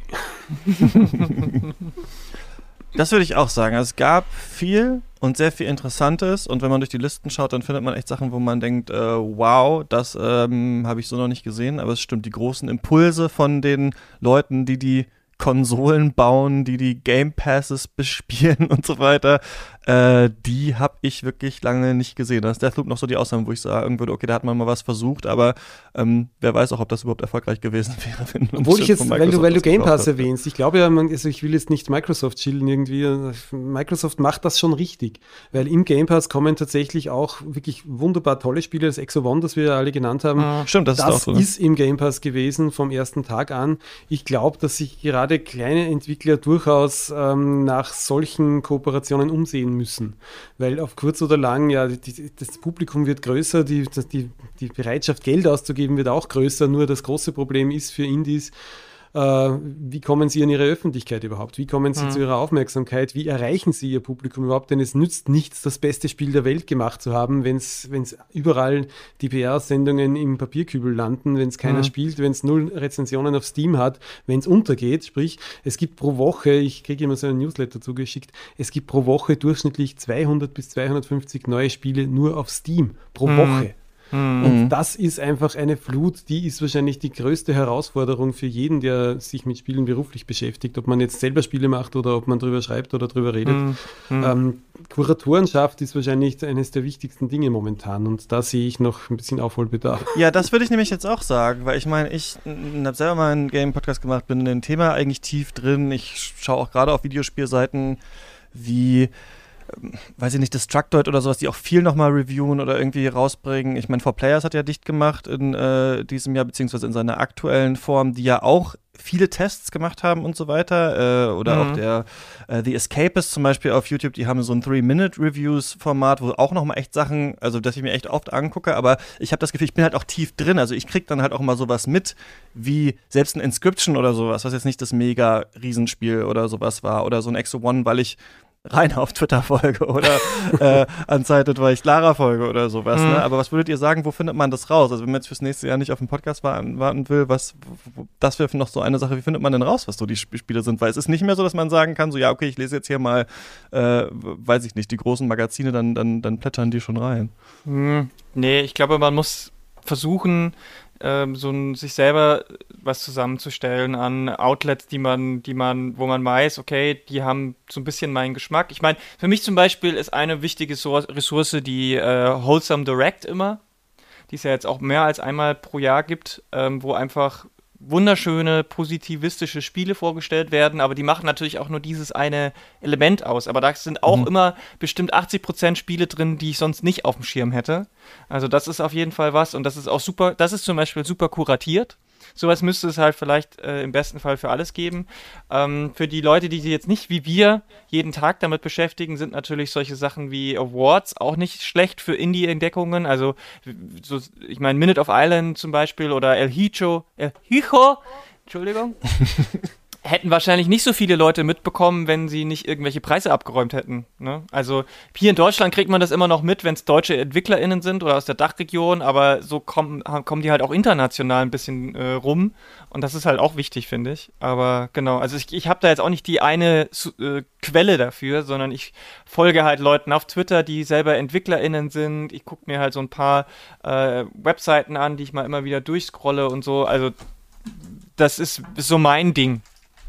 S3: Das würde ich auch sagen. Also es gab viel und sehr viel Interessantes und wenn man durch die Listen schaut, dann findet man echt Sachen, wo man denkt, äh, wow, das ähm, habe ich so noch nicht gesehen, aber es stimmt, die großen Impulse von den Leuten, die die Konsolen bauen, die die Game Passes bespielen und so weiter, äh, die habe ich wirklich lange nicht gesehen. Da ist Deathloop noch so die Ausnahme, wo ich sagen würde, okay, da hat man mal was versucht, aber ähm, wer weiß auch, ob das überhaupt erfolgreich gewesen wäre. Wenn
S5: Obwohl ich jetzt, weil du, weil du Game Pass erwähnst, ich glaube ja, man, also ich will jetzt nicht Microsoft chillen irgendwie, Microsoft macht das schon richtig, weil im Game Pass kommen tatsächlich auch wirklich wunderbar tolle Spiele, das Exo One, das wir ja alle genannt haben,
S3: ah, stimmt, das,
S5: das
S3: ist, auch so,
S5: ist im Game Pass gewesen vom ersten Tag an. Ich glaube, dass sich gerade kleine Entwickler durchaus ähm, nach solchen Kooperationen umsehen müssen, weil auf kurz oder lang, ja, die, das Publikum wird größer, die, die, die Bereitschaft, Geld auszugeben, wird auch größer, nur das große Problem ist für Indies, Uh, wie kommen sie an ihre Öffentlichkeit überhaupt? Wie kommen sie mhm. zu ihrer Aufmerksamkeit? Wie erreichen sie ihr Publikum überhaupt? Denn es nützt nichts, das beste Spiel der Welt gemacht zu haben, wenn es überall die P R-Sendungen im Papierkübel landen, wenn es keiner mhm. spielt, wenn es null Rezensionen auf Steam hat, wenn es untergeht. Sprich, es gibt pro Woche, ich kriege immer so einen Newsletter zugeschickt, es gibt pro Woche durchschnittlich zweihundert bis zweihundertfünfzig neue Spiele nur auf Steam. Pro mhm. Woche. Mhm. Und das ist einfach eine Flut, die ist wahrscheinlich die größte Herausforderung für jeden, der sich mit Spielen beruflich beschäftigt, ob man jetzt selber Spiele macht oder ob man drüber schreibt oder drüber redet. Mhm. Ähm, Kuratorenschaft ist wahrscheinlich eines der wichtigsten Dinge momentan und da sehe ich noch ein bisschen Aufholbedarf.
S3: Ja, das würde ich nämlich jetzt auch sagen, weil ich meine, ich habe selber mal einen Game-Podcast gemacht, bin in dem Thema eigentlich tief drin, ich schaue auch gerade auf Videospielseiten wie weiß ich nicht, Destructoid oder sowas, die auch viel nochmal reviewen oder irgendwie rausbringen. Ich meine, four Players hat ja dicht gemacht in äh, diesem Jahr, beziehungsweise in seiner aktuellen Form, die ja auch viele Tests gemacht haben und so weiter. Äh, oder mhm. auch der äh, The Escapist zum Beispiel auf YouTube, die haben so ein Three-Minute-Reviews-Format, wo auch nochmal echt Sachen, also das ich mir echt oft angucke, aber ich habe das Gefühl, ich bin halt auch tief drin. Also ich krieg dann halt auch mal sowas mit, wie selbst ein Inscription oder sowas, was jetzt nicht das mega Riesenspiel oder sowas war, oder so ein Exo One, weil ich rein auf Twitter folge oder äh, Unsighted, weil ich Lara folge oder sowas. Mhm. Ne? Aber was würdet ihr sagen, wo findet man das raus? Also wenn man jetzt fürs nächste Jahr nicht auf den Podcast warten, warten will, was, wo, das wäre noch so eine Sache, wie findet man denn raus, was so die Sp- Spiele sind? Weil es ist nicht mehr so, dass man sagen kann, so ja, okay, ich lese jetzt hier mal, äh, weiß ich nicht, die großen Magazine, dann, dann, dann plättern die schon rein.
S4: Mhm. Nee, ich glaube, man muss versuchen, ähm, so ein, sich selber was zusammenzustellen an Outlets, die man, die man, wo man weiß, okay, die haben so ein bisschen meinen Geschmack. Ich meine, für mich zum Beispiel ist eine wichtige Ressource die äh, Wholesome Direct immer, die es ja jetzt auch mehr als einmal pro Jahr gibt, ähm, wo einfach wunderschöne, positivistische Spiele vorgestellt werden, aber die machen natürlich auch nur dieses eine Element aus. Aber da sind auch mhm. immer bestimmt achtzig Prozent Spiele drin, die ich sonst nicht auf dem Schirm hätte. Also das ist auf jeden Fall was und das ist auch super, das ist zum Beispiel super kuratiert. Sowas müsste es halt vielleicht äh, im besten Fall für alles geben. Ähm, für die Leute, die sich jetzt nicht wie wir jeden Tag damit beschäftigen, sind natürlich solche Sachen wie Awards auch nicht schlecht für Indie-Entdeckungen. Also, so, ich meine, Minute of Island zum Beispiel oder El Hijo, El Hijo, Entschuldigung. hätten wahrscheinlich nicht so viele Leute mitbekommen, wenn sie nicht irgendwelche Preise abgeräumt hätten. Ne? Also hier in Deutschland kriegt man das immer noch mit, wenn es deutsche EntwicklerInnen sind oder aus der Dachregion, aber so kommen, kommen die halt auch international ein bisschen äh, rum und das ist halt auch wichtig, finde ich. Aber genau, also ich, ich habe da jetzt auch nicht die eine äh, Quelle dafür, sondern ich folge halt Leuten auf Twitter, die selber EntwicklerInnen sind. Ich gucke mir halt so ein paar äh, Webseiten an, die ich mal immer wieder durchscrolle und so. Also das ist, ist so mein Ding.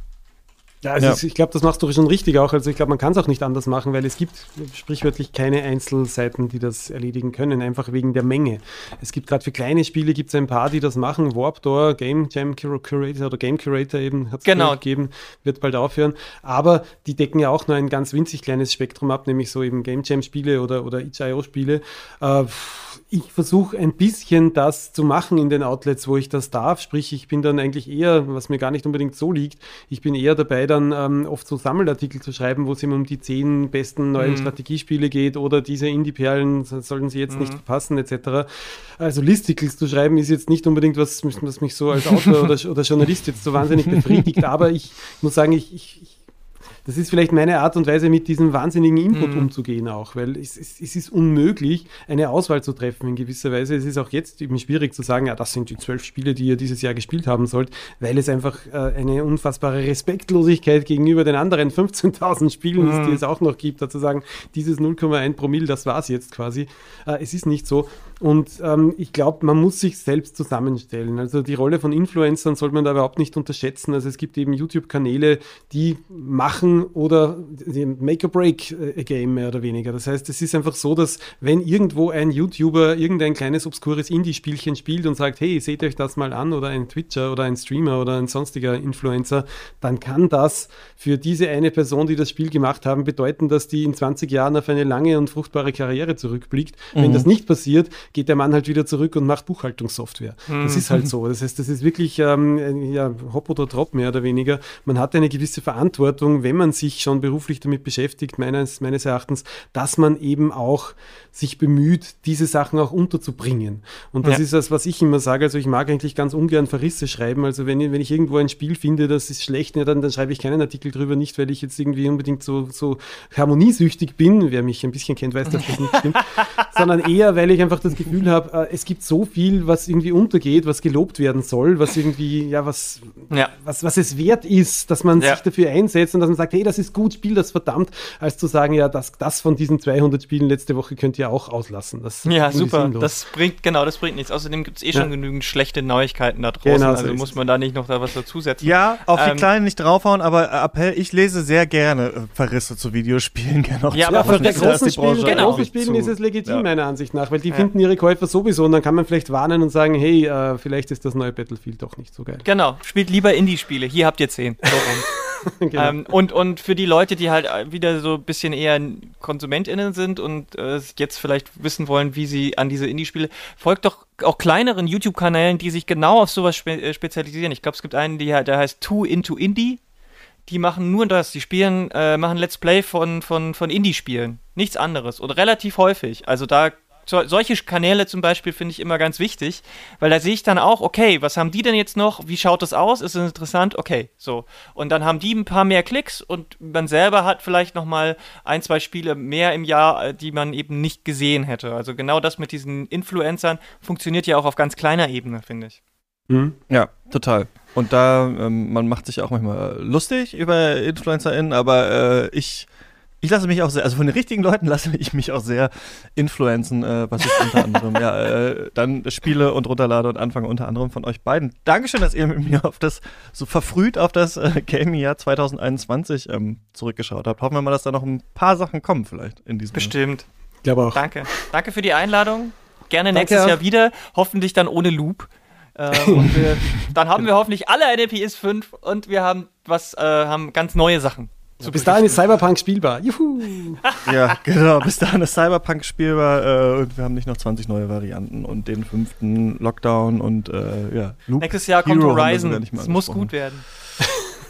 S5: Ja, also
S3: Ja.
S5: ich glaube, das machst du schon richtig auch. Also ich glaube, man kann es auch nicht anders machen, weil es gibt sprichwörtlich keine Einzelseiten, die das erledigen können, einfach wegen der Menge. Es gibt gerade für kleine Spiele gibt es ein paar, die das machen. Warpdoor, Game Jam Curator oder Game Curator eben hat es
S4: Genau.
S5: gegeben, wird bald aufhören. Aber die decken ja auch nur ein ganz winzig kleines Spektrum ab, nämlich so eben Game Jam Spiele oder, oder itch punkt io Spiele. Äh, ich versuche ein bisschen das zu machen in den Outlets, wo ich das darf. Sprich, ich bin dann eigentlich eher, was mir gar nicht unbedingt so liegt, ich bin eher dabei, dann ähm, oft so Sammelartikel zu schreiben, wo es immer um die zehn besten neuen
S4: Mhm.
S5: Strategiespiele geht oder diese Indie-Perlen sollten sie jetzt
S4: Mhm.
S5: nicht verpassen et cetera. Also Listicles zu schreiben ist jetzt nicht unbedingt was, was mich so als Autor oder, oder Journalist jetzt so wahnsinnig befriedigt, aber ich muss sagen, ich, ich, ich das ist vielleicht meine Art und Weise, mit diesem wahnsinnigen Input
S4: Mhm.
S5: umzugehen auch, weil es, es, es ist unmöglich, eine Auswahl zu treffen in gewisser Weise. Es ist auch jetzt eben schwierig zu sagen, ja, das sind die zwölf Spiele, die ihr dieses Jahr gespielt haben sollt, weil es einfach äh, eine unfassbare Respektlosigkeit gegenüber den anderen fünfzehntausend Spielen
S4: Mhm.
S5: ist, die es auch noch gibt, da zu sagen, dieses null Komma eins Promille, das war's jetzt quasi. Äh, es ist nicht so. Und ähm, ich glaube, man muss sich selbst zusammenstellen. Also die Rolle von Influencern sollte man da überhaupt nicht unterschätzen. Also es gibt eben YouTube-Kanäle, die machen oder die Make or Break a Game mehr oder weniger. Das heißt, es ist einfach so, dass wenn irgendwo ein YouTuber irgendein kleines obskures Indie-Spielchen spielt und sagt, hey, seht euch das mal an, oder ein Twitcher oder ein Streamer oder ein sonstiger Influencer, dann kann das für diese eine Person, die das Spiel gemacht haben, bedeuten, dass die in zwanzig Jahren auf eine lange und fruchtbare Karriere zurückblickt.
S3: Mhm.
S5: Wenn das nicht passiert, geht der Mann halt wieder zurück und macht Buchhaltungssoftware.
S4: Mhm.
S5: Das ist halt so. Das heißt, das ist wirklich ähm, ja, Hop oder Drop mehr oder weniger. Man hat eine gewisse Verantwortung, wenn man sich schon beruflich damit beschäftigt, meines, meines Erachtens, dass man eben auch sich bemüht, diese Sachen auch unterzubringen. Und das
S4: Ja.
S5: ist das, was ich immer sage. Also ich mag eigentlich ganz ungern Verrisse schreiben. Also wenn, ich- wenn ich irgendwo ein Spiel finde, das ist schlecht, ja, dann, dann schreibe ich keinen Artikel drüber, nicht weil ich jetzt irgendwie unbedingt so, so harmoniesüchtig bin. Wer mich ein bisschen kennt, weiß, dass das nicht stimmt. Sondern eher, weil ich einfach das Gefühl habe, äh, es gibt so viel, was irgendwie untergeht, was gelobt werden soll, was irgendwie, ja, was,
S4: Ja.
S5: was, was es wert ist, dass man
S4: Ja.
S5: sich dafür einsetzt und dass man sagt, hey, das ist gut, spiel das verdammt, als zu sagen, ja, das, das von diesen zweihundert Spielen letzte Woche könnt ihr auch auslassen. Das ist
S4: Ja,
S5: irgendwie
S4: super.
S5: sinnlos.
S4: Das bringt, genau, das bringt nichts. Außerdem gibt es eh
S5: Ja.
S4: schon genügend schlechte Neuigkeiten da draußen.
S5: Genau, so
S4: also
S5: ist
S4: muss
S5: es.
S4: man da nicht noch da was dazusetzen.
S3: Ja, auf die
S4: Ähm,
S3: Kleinen nicht draufhauen, aber äh, Appell, ich lese sehr gerne äh, Verrisse zu Videospielen. Gerne auch
S4: Ja,
S3: zu
S4: aber
S5: Ja,
S4: von
S5: von
S3: Waffen.
S5: der
S4: der
S3: Da ist
S5: großen
S3: die
S5: Spielen,
S3: Branche
S5: bei
S4: Genau.
S5: großen Spielen
S3: zu-
S5: ist es legitim,
S3: ja.
S5: meiner Ansicht nach, weil die
S4: Ja.
S5: finden ihre Käufer sowieso und dann kann man vielleicht warnen und sagen, hey, äh, vielleicht ist das neue Battlefield doch nicht so geil.
S4: Genau, spielt lieber Indie-Spiele. Hier habt ihr zehn. So rum.
S5: Genau.
S4: ähm, und, und für die Leute, die halt wieder so ein bisschen eher KonsumentInnen sind und äh, jetzt vielleicht wissen wollen, wie sie an diese Indie-Spiele, folgt doch auch kleineren YouTube-Kanälen, die sich genau auf sowas spe äh, spezialisieren. Ich glaube, es gibt einen, die, der heißt Too Into Indie. Die machen nur das. Die spielen, äh, machen Let's Play von, von, von Indie-Spielen. Nichts anderes. Und relativ häufig. Also da so, solche Kanäle zum Beispiel finde ich immer ganz wichtig, weil da sehe ich dann auch, okay, was haben die denn jetzt noch? Wie schaut das aus? Ist es interessant? Okay, so. Und dann haben die ein paar mehr Klicks und man selber hat vielleicht nochmal ein, zwei Spiele mehr im Jahr, die man eben nicht gesehen hätte. Also genau das mit diesen Influencern funktioniert ja auch auf ganz kleiner Ebene, finde ich.
S5: Mhm.
S3: Ja, total. Und da, ähm, man macht sich auch manchmal lustig über InfluencerInnen, aber äh, ich, ich lasse mich auch sehr, also von den richtigen Leuten lasse ich mich auch sehr influenzen, äh, was ich unter anderem ja, äh, dann spiele und runterlade und anfange unter anderem von euch beiden. Dankeschön, dass ihr mit mir auf das, so verfrüht auf das äh, Gaming-Jahr zwanzig einundzwanzig ähm, zurückgeschaut habt. Hoffen wir mal, dass da noch ein paar Sachen kommen vielleicht in diesem Jahr.
S4: Bestimmt.
S5: Ich glaube auch.
S4: Danke. Danke für die Einladung. Gerne
S5: Danke
S4: nächstes
S5: auch.
S4: Jahr wieder. Hoffentlich dann ohne Loop. Äh, und wir, dann haben wir hoffentlich alle eine P S fünf und wir haben was, äh, haben ganz neue Sachen.
S5: So, bis dahin ist Cyberpunk spielbar. Juhu!
S3: Ja, genau. Bis dahin ist Cyberpunk spielbar äh, und wir haben nicht noch zwanzig neue Varianten und den fünften Lockdown und äh, ja. Loop
S4: Nächstes Jahr kommt
S3: Hero haben wir sogar
S4: Horizon.
S3: nicht mal
S4: Es muss
S3: angesprochen.
S4: gut werden.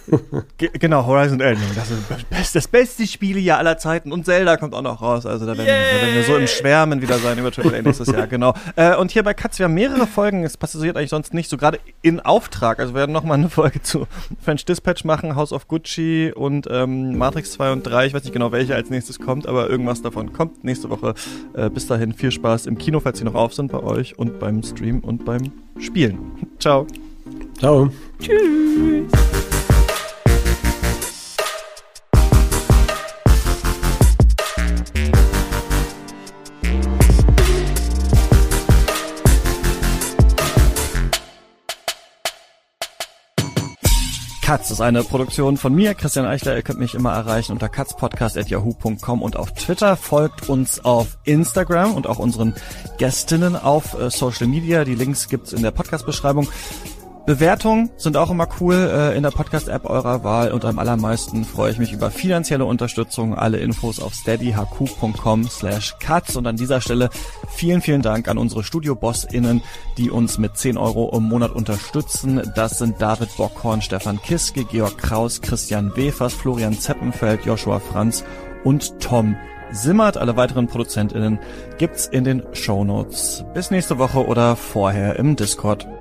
S3: Ge- genau, Horizon Ending. Das ist das beste, das beste Spielejahr aller Zeiten. Und Zelda kommt auch noch raus. Also da werden, da werden wir so im Schwärmen wieder sein über Triple A nächstes Jahr. Genau. Äh, und hier bei Katz, wir haben mehrere Folgen. Es passiert eigentlich sonst nicht. So gerade in Auftrag. Also wir werden nochmal eine Folge zu French Dispatch machen, House of Gucci und ähm, Matrix zwei und drei. Ich weiß nicht genau, welche als nächstes kommt, aber irgendwas davon kommt nächste Woche. Äh, bis dahin viel Spaß im Kino, falls sie noch auf sind bei euch und beim Stream und beim Spielen. Ciao.
S5: Ciao.
S4: Tschüss.
S3: Katz ist eine Produktion von mir, Christian Eichler. Ihr könnt mich immer erreichen unter katzpodcast at yahoo punkt com und auf Twitter. Folgt uns auf Instagram und auch unseren Gästinnen auf äh, Social Media. Die Links gibt's in der Podcast-Beschreibung. Bewertungen sind auch immer cool äh, in der Podcast-App eurer Wahl und am allermeisten freue ich mich über finanzielle Unterstützung. Alle Infos auf steadyhq punkt com slash katz und an dieser Stelle vielen, vielen Dank an unsere Studio-BossInnen, die uns mit zehn Euro im Monat unterstützen. Das sind David Bockhorn, Stefan Kiske, Georg Kraus, Christian Wefers, Florian Zeppenfeld, Joshua Franz und Tom Simmert. Alle weiteren ProduzentInnen gibt's in den Shownotes. Bis nächste Woche oder vorher im Discord.